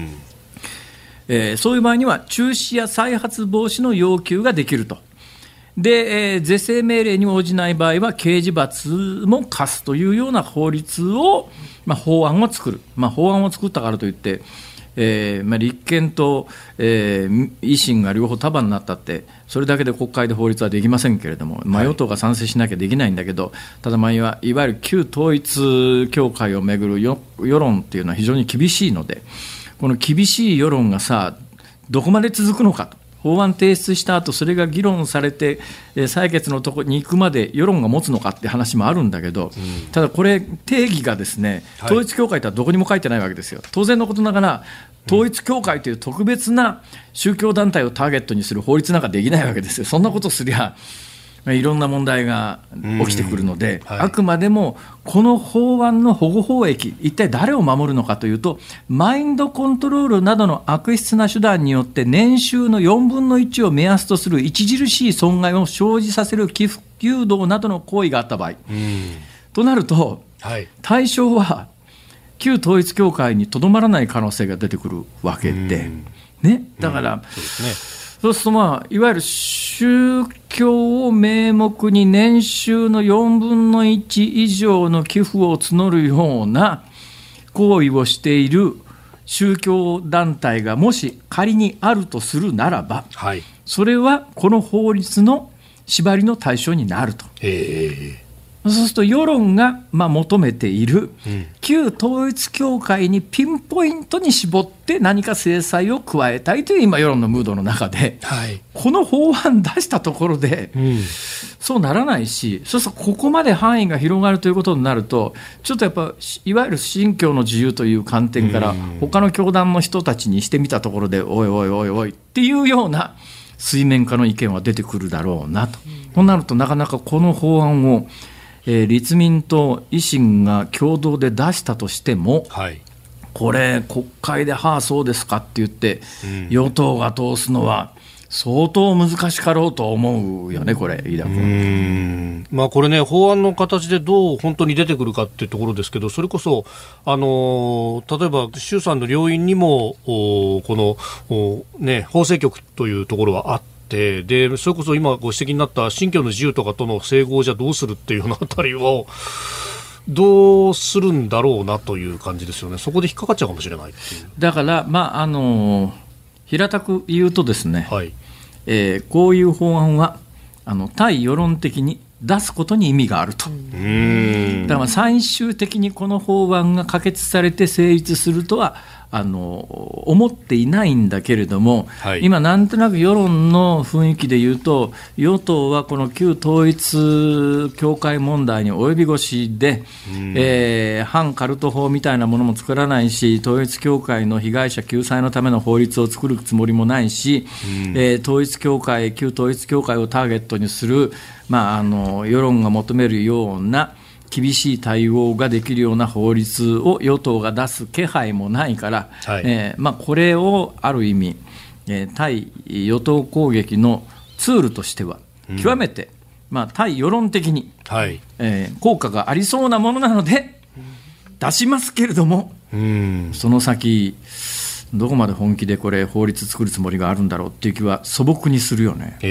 そういう場合には中止や再発防止の要求ができると。で、是正命令に応じない場合は刑事罰も科すというような法律を、法案を作る、法案を作ったからといって立憲と、維新が両方束になったってそれだけで国会で法律はできませんけれども、与党が賛成しなきゃできないんだけど、ただいわゆる旧統一教会をめぐる世論っていうのは非常に厳しいので、この厳しい世論がさどこまで続くのかと。法案提出した後それが議論されて採決のところに行くまで世論が持つのかって話もあるんだけど、ただこれ定義がですね、統一教会とはどこにも書いてないわけですよ。当然のことながら統一教会という特別な宗教団体をターゲットにする法律なんかできないわけですよ。そんなことすりゃいろんな問題が起きてくるので、あくまでもこの法案の保護法益、一体誰を守るのかというと、マインドコントロールなどの悪質な手段によって年収の4分の1を目安とする著しい損害を生じさせる寄付誘導などの行為があった場合、となると、対象は旧統一教会にとどまらない可能性が出てくるわけで、だから、そうするといわゆる宗教を名目に年収の4分の1以上の寄付を募るような行為をしている宗教団体がもし仮にあるとするならば、それはこの法律の縛りの対象になると。そうすると世論が求めている旧統一教会にピンポイントに絞って何か制裁を加えたいという今世論のムードの中で、この法案出したところでそうならないし、そうするとここまで範囲が広がるということになると、ちょっとやっぱいわゆる信教の自由という観点から他の教団の人たちにしてみたところでおいおいおいおいっていうような水面下の意見は出てくるだろうなと。そうなるとなかなかこの法案を立民と維新が共同で出したとしても、これ国会でそうですかって言って、与党が通すのは相当難しかろうと思うよね、これ飯田君。 これね、法案の形でどう本当に出てくるかっていうところですけど、それこそ例えば衆参の両院にもこの法制局というところはあって、でそれこそ今ご指摘になった信教の自由とかとの整合じゃどうするっていうようなあたりをどうするんだろうなという感じですよね。そこで引っかかっちゃうかもしれないっていう。 だから平たく言うとですね、こういう法案は対世論的に出すことに意味があると。だから最終的にこの法案が可決されて成立するとは思っていないんだけれども、 はい、 今なんとなく世論の雰囲気で言うと、与党はこの旧統一教会問題に及び腰で、反カルト法みたいなものも作らないし、統一教会の被害者救済のための法律を作るつもりもないし、旧統一教会をターゲットにする、世論が求めるような厳しい対応ができるような法律を与党が出す気配もないから、はい、これをある意味、対与党攻撃のツールとしては極めて、対世論的に、はい、効果がありそうなものなので出しますけれども、その先どこまで本気でこれ法律作るつもりがあるんだろうっていう気は素朴にするよね。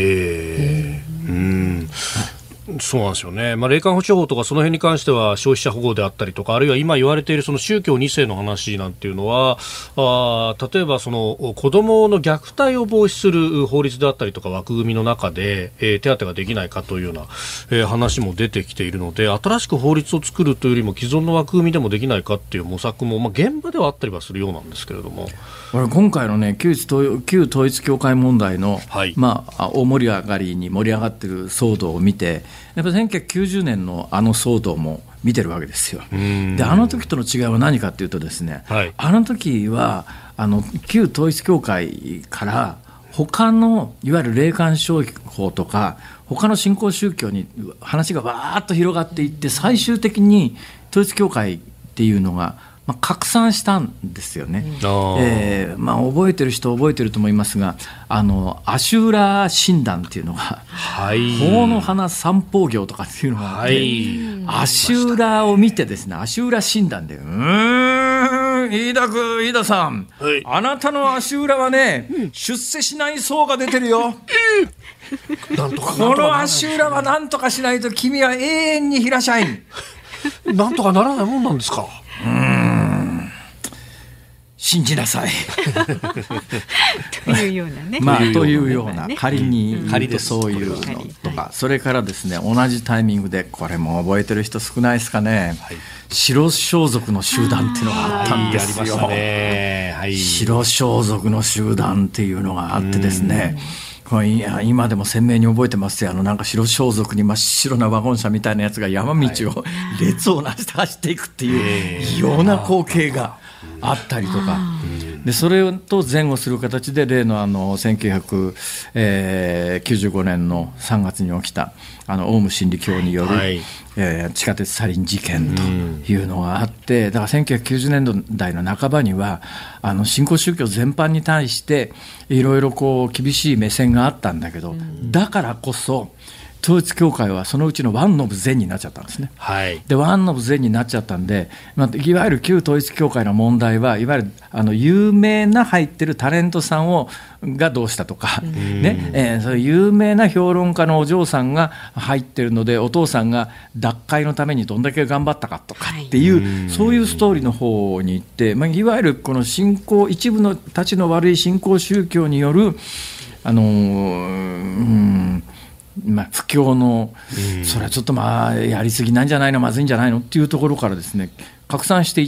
そうなんですよね。霊感保証法とかその辺に関しては消費者保護であったりとか、あるいは今言われているその宗教2世の話なんていうのは、例えばその子どもの虐待を防止する法律であったりとか枠組みの中で、手当ができないかというような、話も出てきているので、新しく法律を作るというよりも既存の枠組みでもできないかっていう模索も、現場ではあったりはするようなんですけれども、 今回のね、旧統一教会問題の、はい、大盛り上がりに盛り上がっている騒動を見て、やっぱり1990年の騒動も見てるわけですよ。で、あの時との違いは何かというとですね、はい、あの時は旧統一教会から他のいわゆる霊感商法とか他の信仰宗教に話がわーっと広がっていって、最終的に統一教会っていうのが拡散したんですよね。覚えてる人覚えてると思いますが、アシューラ診断っていうのが、はい、法の花三宝行とかっていうのがあって、はい、アシューラを見てですね、アシューラ診断で飯田さん、はい、あなたのアシューラはね、出世しない層が出てるよ。このアシューラはなんとかしないと君は永遠に平社員。 なんとかならないもんなんですか。 信じなさいというようなね、 というような、仮に言うとそういうのとか、それからですね、同じタイミングで、これも覚えてる人少ないですかね、はい、白装束の集団っていうのがあったんですよ。白装束の集団っていうのがあってですね、今でも鮮明に覚えてますよ。なんか白装束に真っ白なワゴン車みたいなやつが山道を列をなして走っていくっていう異様な光景があったりとかで、それと前後する形で例の1995年の3月に起きたオウム真理教による、はい、地下鉄サリン事件というのがあって、だから1990年代の半ばには新興宗教全般に対していろいろ厳しい目線があったんだけど、だからこそ統一教会はそのうちのワンノブ善になっちゃったんですね。はい、でワンノブ善になっちゃったんで、いわゆる旧統一教会の問題は、いわゆる有名な入ってるタレントさんがどうしたとか、そういう有名な評論家のお嬢さんが入ってるので、お父さんが脱会のためにどんだけ頑張ったかとかっていう、そういうストーリーの方に行って、いわゆるこの一部のたちの悪い新興宗教による布教の、それはちょっとやりすぎなんじゃないの、まずいんじゃないのっていうところからですね、拡散していって、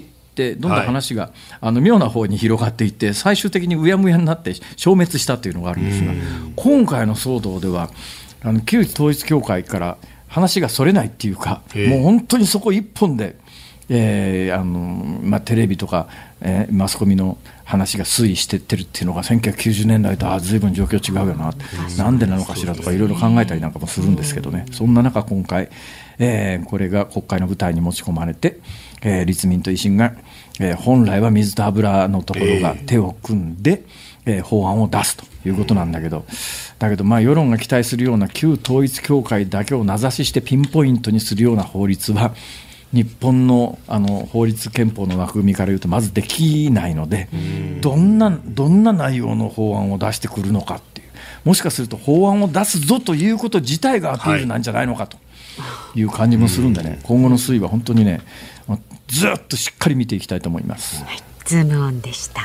どんどん話が、妙な方に広がっていって、最終的にうやむやになって消滅したというのがあるんですが、今回の騒動では旧統一教会から話がそれないっていうか、もう本当にそこ一本で、テレビとか、マスコミの話が推移していってるっていうのが1990年代と随分状況違うよな、なんでなのかしらとかいろいろ考えたりなんかもするんですけどね。そんな中今回、これが国会の舞台に持ち込まれて、立民と維新が、本来は水と油のところが手を組んで、法案を出すということなんだけど、世論が期待するような旧統一教会だけを名指ししてピンポイントにするような法律は日本の法律憲法の枠組みから言うとまずできないので、どんな内容の法案を出してくるのかっていう、もしかすると法案を出すぞということ自体がアピールなんじゃないのかという感じもするんでね、今後の推移は本当にね、ずっとしっかり見ていきたいと思います。 ズームオンでした。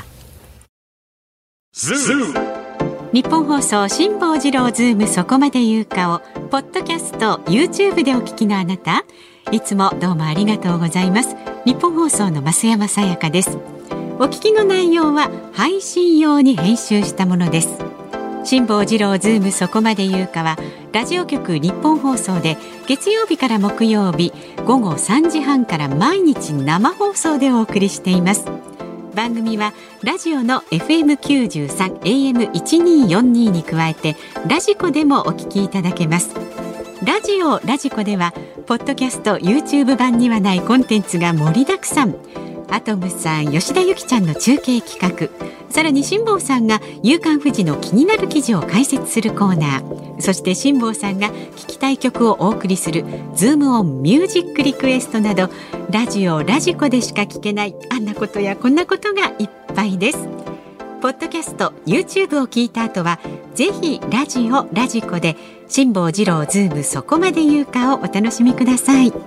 日本放送辛坊治郎ズームそこまで言うかをポッドキャスト YouTube でお聞きのあなた、いつもどうもありがとうございます。日本放送の増山さやかです。 お聞きの内容は配信用に編集したものです。辛坊治郎ズームそこまで言うかはラジオ局日本放送で月曜日から木曜日午後3時半から毎日生放送でお送りしています。番組はラジオの FM93 AM1242 に加えてラジコでもお聞きいただけます。ラジコではポッドキャスト YouTube 版にはないコンテンツが盛りだくさん。アトムさん、吉田ゆきちゃんの中継企画、さらに辛坊さんが夕刊フジの気になる記事を解説するコーナー、そして辛坊さんが聞きたい曲をお送りするズームオンミュージックリクエストなど、ラジコでしか聞けないあんなことやこんなことがいっぱいです。ポッドキャスト YouTube を聞いた後はぜひラジコで辛坊治郎ズームそこまで言うかをお楽しみください。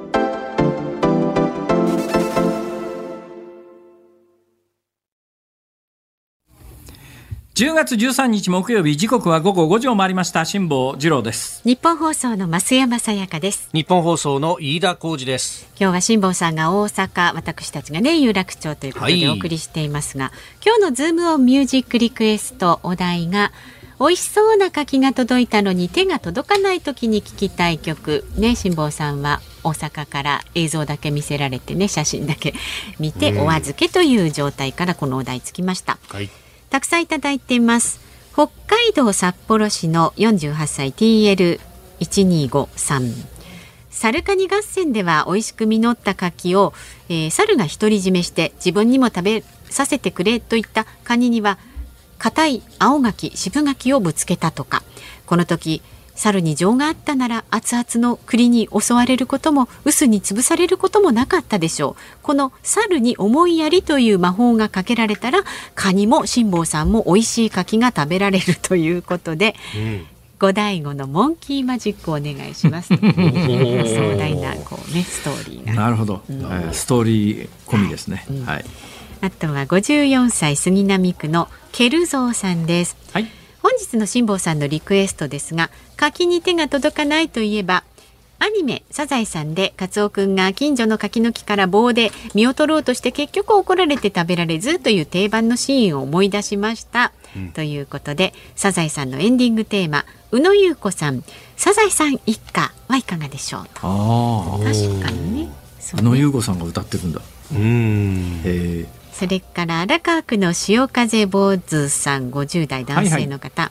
10月13日木曜日、時刻は午後5時を回りました。辛坊治郎です。 日本放送の増山さやかです。 日本放送の飯田浩司です。 今日は辛坊さんが大阪、私たちがね有楽町ということでお送りしていますが、今日のズームオンミュージックリクエストお題が美味しそうな柿が届いたのに手が届かない時に聴きたい曲ね。辛坊さんは大阪から映像だけ見せられてね、写真だけ見てお預けという状態からこのお題つきました。 はい、 たくさんいただいています。北海道札幌市の48歳 TL125 さん。猿カニ合戦では美味しく実った柿を、猿が独り占めして自分にも食べさせてくれといったカニには硬い青柿、渋柿をぶつけたとか、この時猿に情があったなら熱々の栗に襲われることも臼に潰されることもなかったでしょう。この猿に思いやりという魔法がかけられたらカニも辛坊さんも美味しい柿が食べられるということで、五醍醐のモンキーマジックをお願いします壮大なこう、ね、ストーリーが。 なるほど、ストーリー込みですね、はい。 あとは54歳杉並区のケルゾーさんです。 はい、 本日の辛坊さんのリクエストですが、柿に手が届かないといえばアニメサザエさんでカツオくんが近所の柿の木から棒で実を取ろうとして結局怒られて食べられずという定番のシーンを思い出しました、ということでサザエさんのエンディングテーマ、宇野優子さんサザエさん一家はいかがでしょうと。確かにね、 宇野優子さんが歌ってるんだ。 それから荒川区の潮風坊主さん50代男性の方、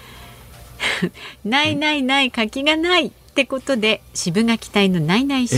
ないないない柿がないってことで渋柿隊のナイナイ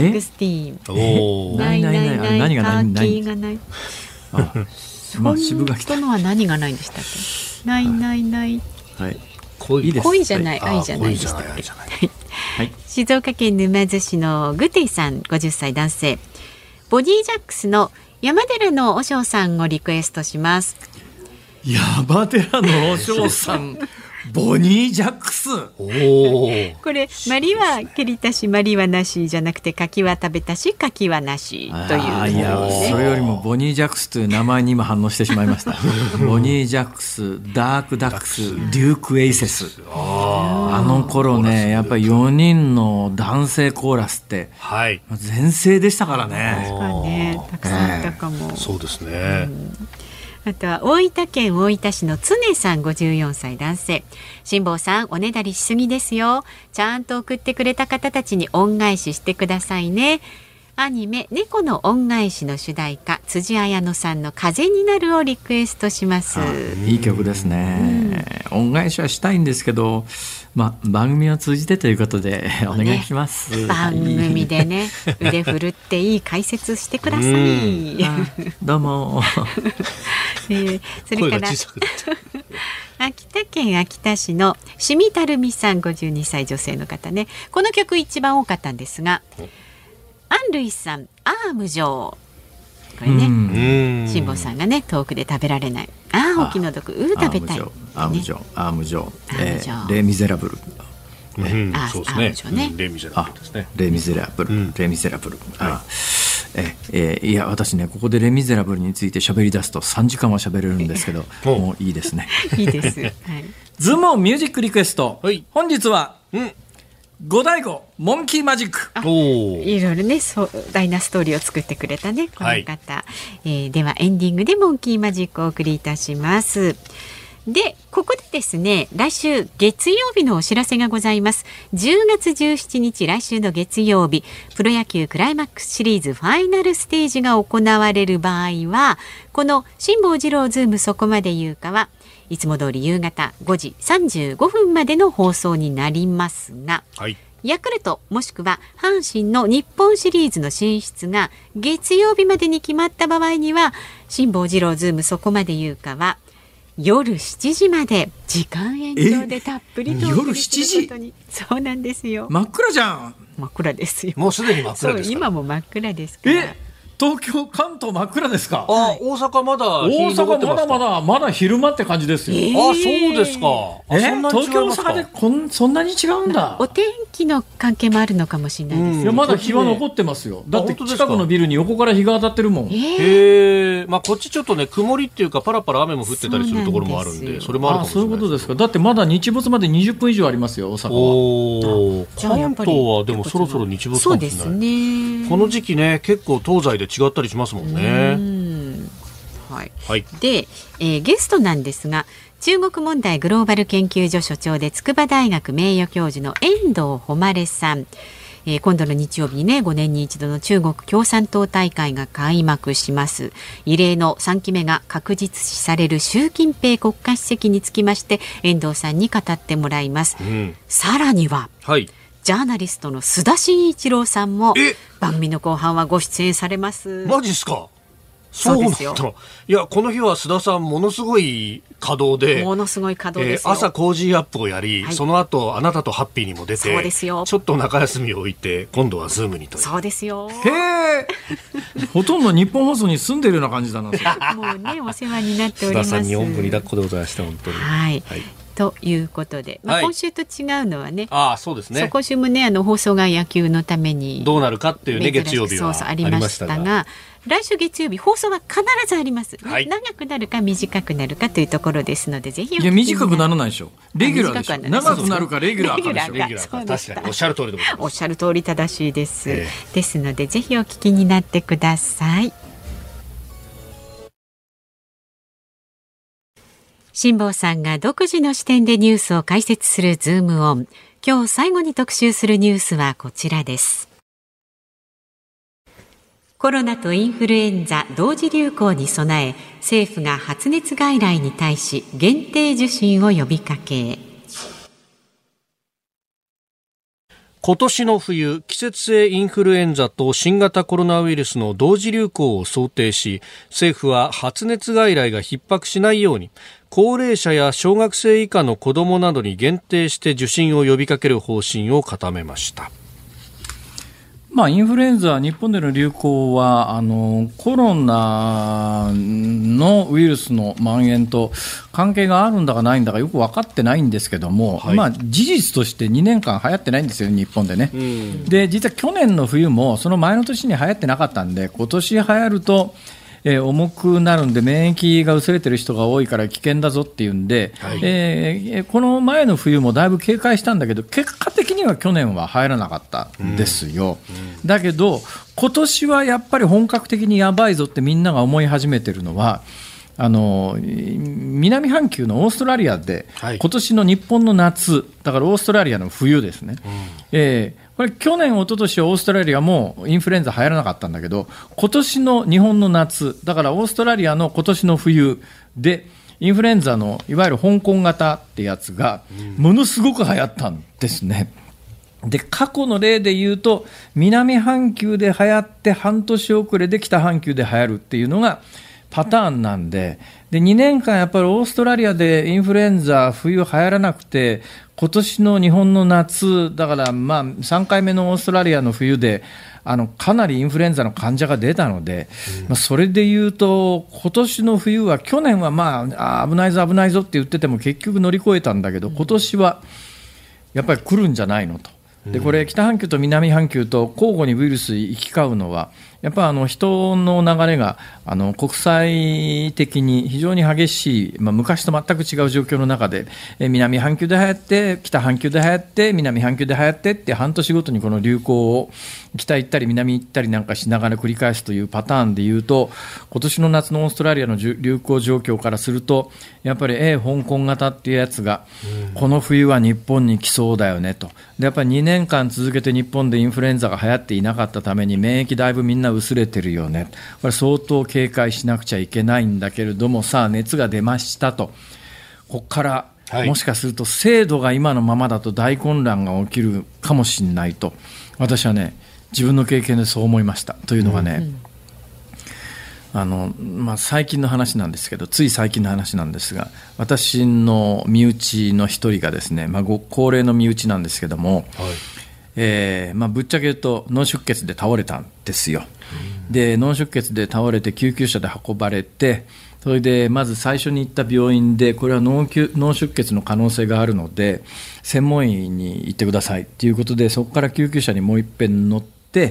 16ないないない柿がない渋柿とのは何がないんでしたっけ。ないないない、はい、恋じゃない、愛じゃないでしたっけ。静岡県沼津市のグテイさん50歳男性、ボディジャックスの山寺の和尚さんをリクエストします。 山寺の和尚さんボニージャックス。 これマリは蹴りたしマリはなしじゃなくて柿は食べたし柿はなしという、 いやそれよりもボニージャックスという名前に今反応してしまいましたボニージャックス、ダークダックス、デュークエイセス、あの頃ねやっぱり4人の男性コーラスって全盛でしたからね。 確かね、たくさんあったかも、 そうですね、 あとは大分県大分市の常さん54歳男性、辛坊さんおねだりしすぎですよ、ちゃんと送ってくれた方たちに恩返ししてくださいね。アニメ猫の恩返しの主題歌辻彩乃さんの風になるをリクエストします。 いい曲ですね、恩返しはしたいんですけど、番組を通じてということでお願いします、 番組でね腕振るっていい解説してくださいどうもそれから秋田県秋田市のしみたるみさん52歳女性の方ね、この曲一番多かったんですが、アンルイさんアーム状、これね辛坊さんがね遠くで食べられない、お気の毒食べたい、 アーム状、レ・ミゼラブル、 そうですね、レ・ミゼラブルですね、 レ・ミゼラブル、レ・ミゼラブル、いや私ねここでレ・ミゼラブルについて喋り出すと3時間は喋れるんですけどもういいですねいいです、 ズームオンミュージックリクエスト、本日は、 五大悟モンキーマジック。 いろいろね、壮大なストーリーを作ってくれたね、この方、ではエンディングでモンキーマジックをお送りいたします。で、ここでですね、来週月曜日のお知らせがございます。10月17日、来週の月曜日、プロ野球クライマックスシリーズファイナルステージが行われる場合は、この辛坊治郎ズームそこまで言うかはいつも通り夕方5時35分までの放送になりますが、ヤクルトもしくは阪神の日本シリーズの進出が月曜日までに決まった場合には、辛坊治郎ズームそこまで言うかは夜7時まで時間延長でたっぷりと夜7時。 そうなんですよ。 真っ暗じゃん。 真っ暗ですよ。 もうすでに真っ暗ですか。 そう、今も真っ暗ですから。 東京関東真っ暗ですか。 大阪まだ日昇ってますか。 大阪まだ昼間って感じですよ。 そうですか。 東京大阪でそんなに違うんだ。 お天気の関係もあるのかもしれないです。 まだ日は残ってますよ。だって近くのビルに横から日が当たってるもん。 こっちちょっとね、曇りっていうかパラパラ雨も降ってたりするところもあるんで、それもあるかもしれない。 そういうことですか。だってまだ日没まで20分以上ありますよ、大阪は。 関東はでもそろそろ日没かもしれない。そうですね。この時期ね、結構東西で違ったりしますもんね。 で、ゲストなんですが、中国問題グローバル研究所所長で筑波大学名誉教授の遠藤誉さん、今度の日曜日にね、5年に一度の中国共産党大会が開幕します。異例の3期目が確実視される習近平国家主席につきまして遠藤さんに語ってもらいます。さらには、ジャーナリストの須田慎一郎さんも番組の後半はご出演されます。 マジですか。そうですよ。いや、この日は須田さんものすごい稼働で、朝コージーアップをやり、その後あなたとハッピーにも出て、 そうですよ。 ちょっと中休みを置いて今度はズームにという。 そうですよ。 ほとんど日本放送に住んでるような感じだな。 もうね、お世話になっております。 須田さんにおんぶに抱っこでございました。本当に。 ということで、今週と違うのはね、 そうですね。 今週もね、放送が野球のためにどうなるかっていうね、月曜日はありましたが、来週月曜日放送は必ずあります。長くなるか短くなるかというところですので、ぜひいや短くならないでしょ。レギュラーでしょ。長くなるかレギュラーかでしょ。 レギュラーか。確かにおっしゃる通りでございます。 おっしゃる通り正しいです。ですので、ぜひお聞きになってください。辛坊さんが独自の視点でニュースを解説するズームオン。今日最後に特集するニュースはこちらです。コロナとインフルエンザ同時流行に備え、政府が発熱外来に対し限定受診を呼びかけ。 今年の冬、季節性インフルエンザと新型コロナウイルスの同時流行を想定し、政府は発熱外来が逼迫しないように、高齢者や小学生以下の子どもなどに限定して受診を呼びかける方針を固めました。 インフルエンザ、日本での流行はコロナのウイルスの蔓延と関係があるんだかないんだかよく分かってないんですけども、事実として2年間流行ってないんですよ、日本でね。で、実は去年の冬もその前の年に流行ってなかったんで、今年流行ると重くなるんで免疫が薄れてる人が多いから危険だぞっていうんで、この前の冬もだいぶ警戒したんだけど、結果的には去年は入らなかったんですよ。だけど今年はやっぱり本格的にやばいぞってみんなが思い始めてるのは、南半球のオーストラリアで、今年の日本の夏だからオーストラリアの冬ですね。これ去年、一昨年はオーストラリアもインフルエンザ流行らなかったんだけど、今年の日本の夏だからオーストラリアの今年の冬でインフルエンザのいわゆる香港型ってやつがものすごく流行ったんですね。で、過去の例で言うと南半球で流行って半年遅れで北半球で流行るっていうのがパターンなんで、2年間やっぱりオーストラリアでインフルエンザ冬流行らなくて、今年の日本の夏だから3回目のオーストラリアの冬でかなりインフルエンザの患者が出たので、それでいうと今年の冬は、去年は危ないぞ危ないぞって言ってても結局乗り越えたんだけど、今年はやっぱり来るんじゃないのと。でこれ北半球と南半球と交互にウイルス行き交うのはやっぱ人の流れが国際的に非常に激しい、昔と全く違う状況の中で、南半球で流行って北半球で流行って南半球で流行ってって半年ごとにこの流行を北行ったり南行ったりなんかしながら繰り返すというパターンでいうと、今年の夏のオーストラリアの流行状況からするとやっぱり香港型っていうやつがこの冬は日本に来そうだよねと。でやっぱり2年間続けて日本でインフルエンザが流行っていなかったために免疫だいぶみんな薄れてるよね。これ相当警戒しなくちゃいけないんだけれども、さあ熱が出ましたと、ここからもしかすると制度が今のままだと大混乱が起きるかもしれないと、私はね自分の経験でそう思いました。というのがね、最近の話なんですけど、つい最近の話なんですが、私の身内の一人がですね、ご高齢の身内なんですけども、ぶっちゃけ言うと脳出血で倒れたんですよ。で脳出血で倒れて救急車で運ばれて、それでまず最初に行った病院でこれは脳出血の可能性があるので専門医に行ってくださいということで、そこから救急車にもう一遍乗って、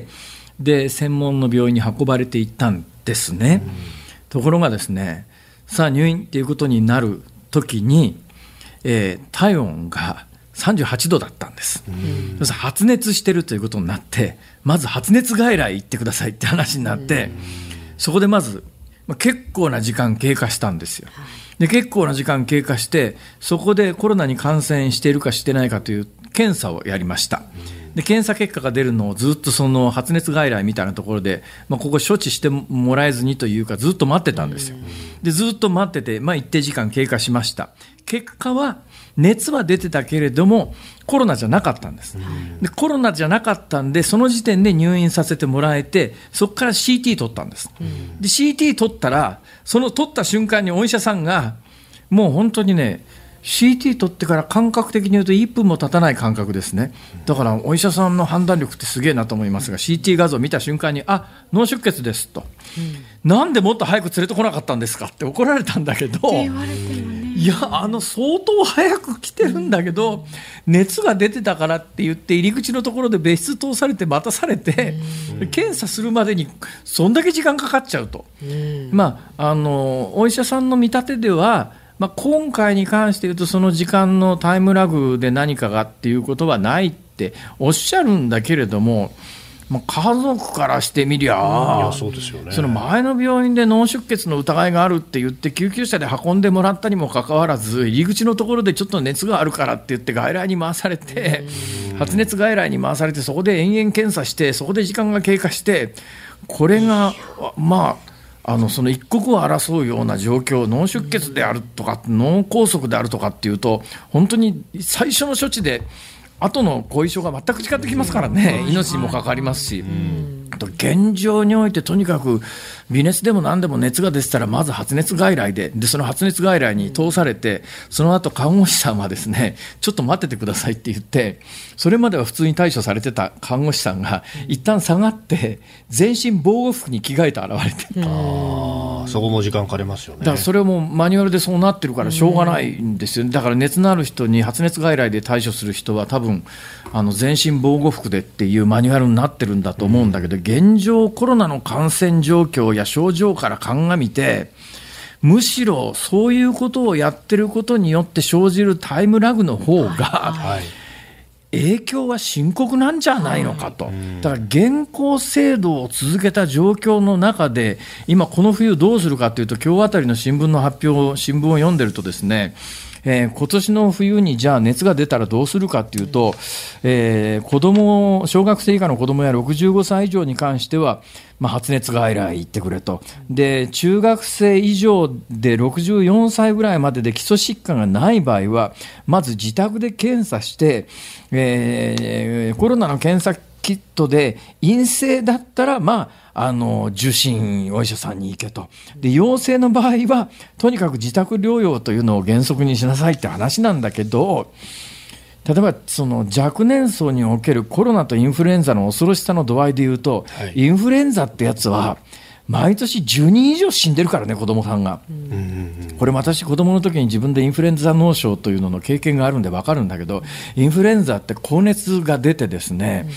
で専門の病院に運ばれていったんですね。ところがですね、さあ入院ということになるときに、体温が38度だったんです。発熱してるということになって、まず発熱外来行ってくださいって話になって、そこでまず結構な時間経過したんですよ。で結構な時間経過して、そこでコロナに感染しているかしてないかという検査をやりました。で検査結果が出るのをずっとその発熱外来みたいなところで、ここ処置してもらえずにというかずっと待ってたんですよ。でずっと待ってて、一定時間経過しました。結果は熱は出てたけれどもコロナじゃなかったんです。でコロナじゃなかったんで、その時点で入院させてもらえて、そこから CT 取ったんです。で CT 取ったら、その取った瞬間にお医者さんがもう本当にね、CT 取ってから感覚的に言うと1分も経たない感覚ですね。だからお医者さんの判断力ってすげえなと思いますが、 CT 画像を見た瞬間に脳出血ですと、なんでもっと早く連れてこなかったんですかって怒られたんだけど、いや相当早く来てるんだけど、熱が出てたからって言って入り口のところで別室通されて待たされて、検査するまでにそんだけ時間かかっちゃうと。お医者さんの見立てでは、今回に関して言うとその時間のタイムラグで何かがっていうことはないっておっしゃるんだけれども、家族からしてみりゃ、 そうですよね。 その前の病院で脳出血の疑いがあるって言って救急車で運んでもらったにもかかわらず、入り口のところでちょっと熱があるからって言って外来に回されて、発熱外来に回されて、そこで延々検査して、そこで時間が経過して、これがその一刻を争うような状況、脳出血であるとか脳梗塞であるとかっていうと、本当に最初の処置で後の後遺症が全く違ってきますからね。命にも関わりますし、あと現状においてとにかく微熱でも何でも熱が出てたらまず発熱外来で、その発熱外来に通されて、その後看護師さんはですね、ちょっと待っててくださいって言って、それまでは普通に対処されてた看護師さんが一旦下がって全身防護服に着替えて現れて、 そこも時間かかりますよね。 だからそれもマニュアルでそうなってるからしょうがないんですよね。だから熱のある人に発熱外来で対処する人は多分全身防護服でっていうマニュアルになってるんだと思うんだけど、現状コロナの感染状況や症状から鑑みて、むしろそういうことをやってることによって生じるタイムラグの方が影響は深刻なんじゃないのかと。だから現行制度を続けた状況の中で今この冬どうするかというと、今日あたりの新聞の発表、新聞を読んでるとですね、今年の冬にじゃあ熱が出たらどうするかというと、小学生以下の子どもや65歳以上に関しては、発熱外来行ってくれと。で中学生以上で64歳ぐらいまでで基礎疾患がない場合はまず自宅で検査して、コロナの検査キットで陰性だったら受診お医者さんに行けと。で陽性の場合はとにかく自宅療養というのを原則にしなさいって話なんだけど、例えばその若年層におけるコロナとインフルエンザの恐ろしさの度合いでいうと、インフルエンザってやつは毎年10人以上死んでるからね、子供さんが。これ私子供の時に自分でインフルエンザ脳症というのの経験があるんで分かるんだけど、インフルエンザって高熱が出てですね、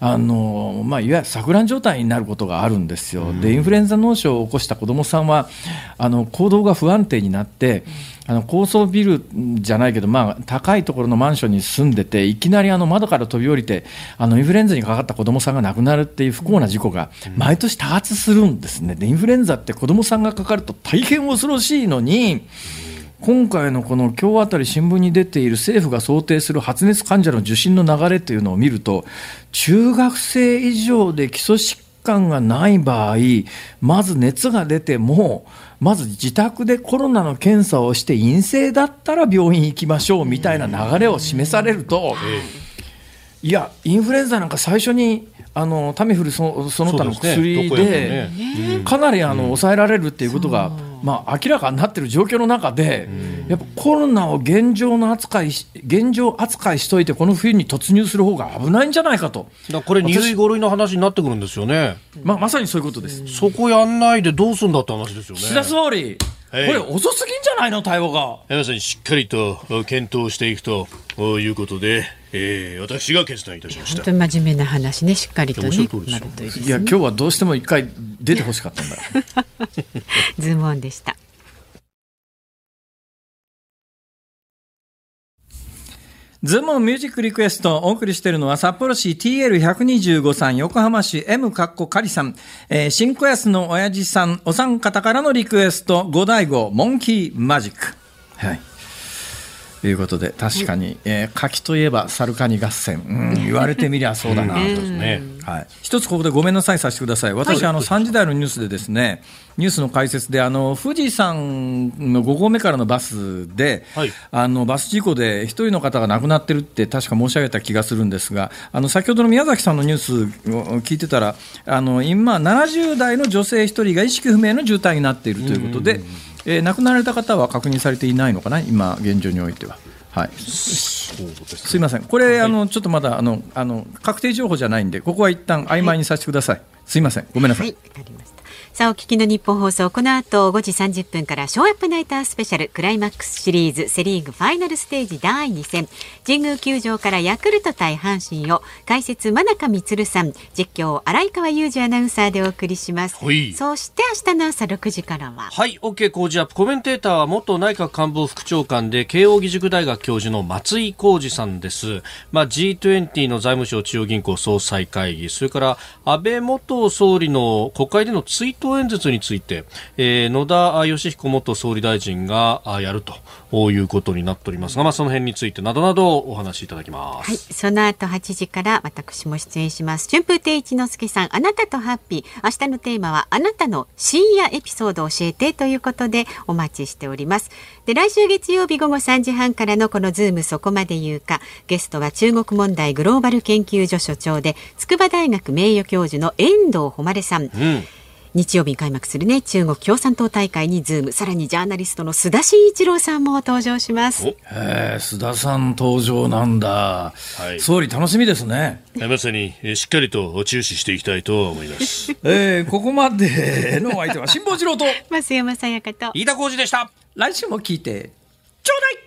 いわゆる錯乱状態になることがあるんですよ。でインフルエンザ脳症を起こした子どもさんは行動が不安定になって高層ビルじゃないけど、高いところのマンションに住んでていきなり窓から飛び降りてインフルエンザにかかった子どもさんが亡くなるっていう不幸な事故が毎年多発するんですね。でインフルエンザって子どもさんがかかると大変恐ろしいのに、今回のこの今日あたり新聞に出ている政府が想定する発熱患者の受診の流れというのを見ると、中学生以上で基礎疾患がない場合、まず熱が出てもまず自宅でコロナの検査をして陰性だったら病院行きましょうみたいな流れを示されると、いやインフルエンザなんか最初にタミフルその他の薬でかなり抑えられるっていうことが明らかになっている状況の中で、やっぱコロナを現状扱いしといてこの冬に突入する方が危ないんじゃないかと。 だこれ2類5類の話になってくるんですよね。 まさにそういうことです。 そこやんないでどうするんだって話ですよね。 岸田総理、これ遅すぎんじゃないの対応が。 まさにしっかりと検討していくということで、私が決断いたしました。 本当に真面目な話ね、しっかりとねなるといいですね。 いや今日はどうしても一回出てほしかったんだズームオンでした。 ズームオンミュージックリクエストをお送りしているのは札幌市 TL125 さん、横浜市 M カリさん、新小安の親父さんお三方からのリクエスト、五大悟モンキーマジック、はいということで、確かに、柿といえばサルカニ合戦、言われてみりゃそうだなとですね、はい、一つここでごめんなさいさせてください。私、3時台のニュースでですね、ニュースの解説で富士山の5合目からのバスで、はい、バス事故で1人の方が亡くなってるって確か申し上げた気がするんですが、先ほどの宮崎さんのニュースを聞いてたら今70代の女性1人が意識不明の重体になっているということで、亡くなられた方は確認されていないのかな、今現状においては。はい、すいません、これ、ちょっとまだ確定情報じゃないんで、ここは一旦曖昧にさせてください。すいません、ごめんなさい。 はい、わかりました。さあ、お聞きの日本放送、この後5時30分からショーアップナイタースペシャルクライマックスシリーズセリーグファイナルステージ第2戦、神宮球場からヤクルト対阪神を解説真中満さん、実況荒川裕二アナウンサーでお送りします。そして明日の朝6時からは、はい、 OK 工事アップ、コメンテーターは元内閣官房副長官で慶應義塾大学教授の松井浩二さんです。G20 の財務省中央銀行総裁会議、それから安倍元総理の国会での追悼演説について、野田佳彦元総理大臣がやるということになっておりますが、その辺についてなどなどお話しいただきます。 はい、その後8時から私も出演します。春風亭一之輔さん、あなたとハッピー、明日のテーマはあなたの深夜エピソードを教えてということでお待ちしております。で、来週月曜日午後3時半からのこのズームそこまで言うか、ゲストは中国問題グローバル研究所所長で筑波大学名誉教授の遠藤誉さん、日曜日に開幕するね、中国共産党大会にズーム、さらにジャーナリストの須田慎一郎さんも登場します。 須田さん登場なんだ、はい、総理楽しみですね。 まさにしっかりと注視していきたいと思います。 ここまでのお相手は辛坊治郎と増山さやかと飯田浩司でした。 来週も聞いてちょうだい。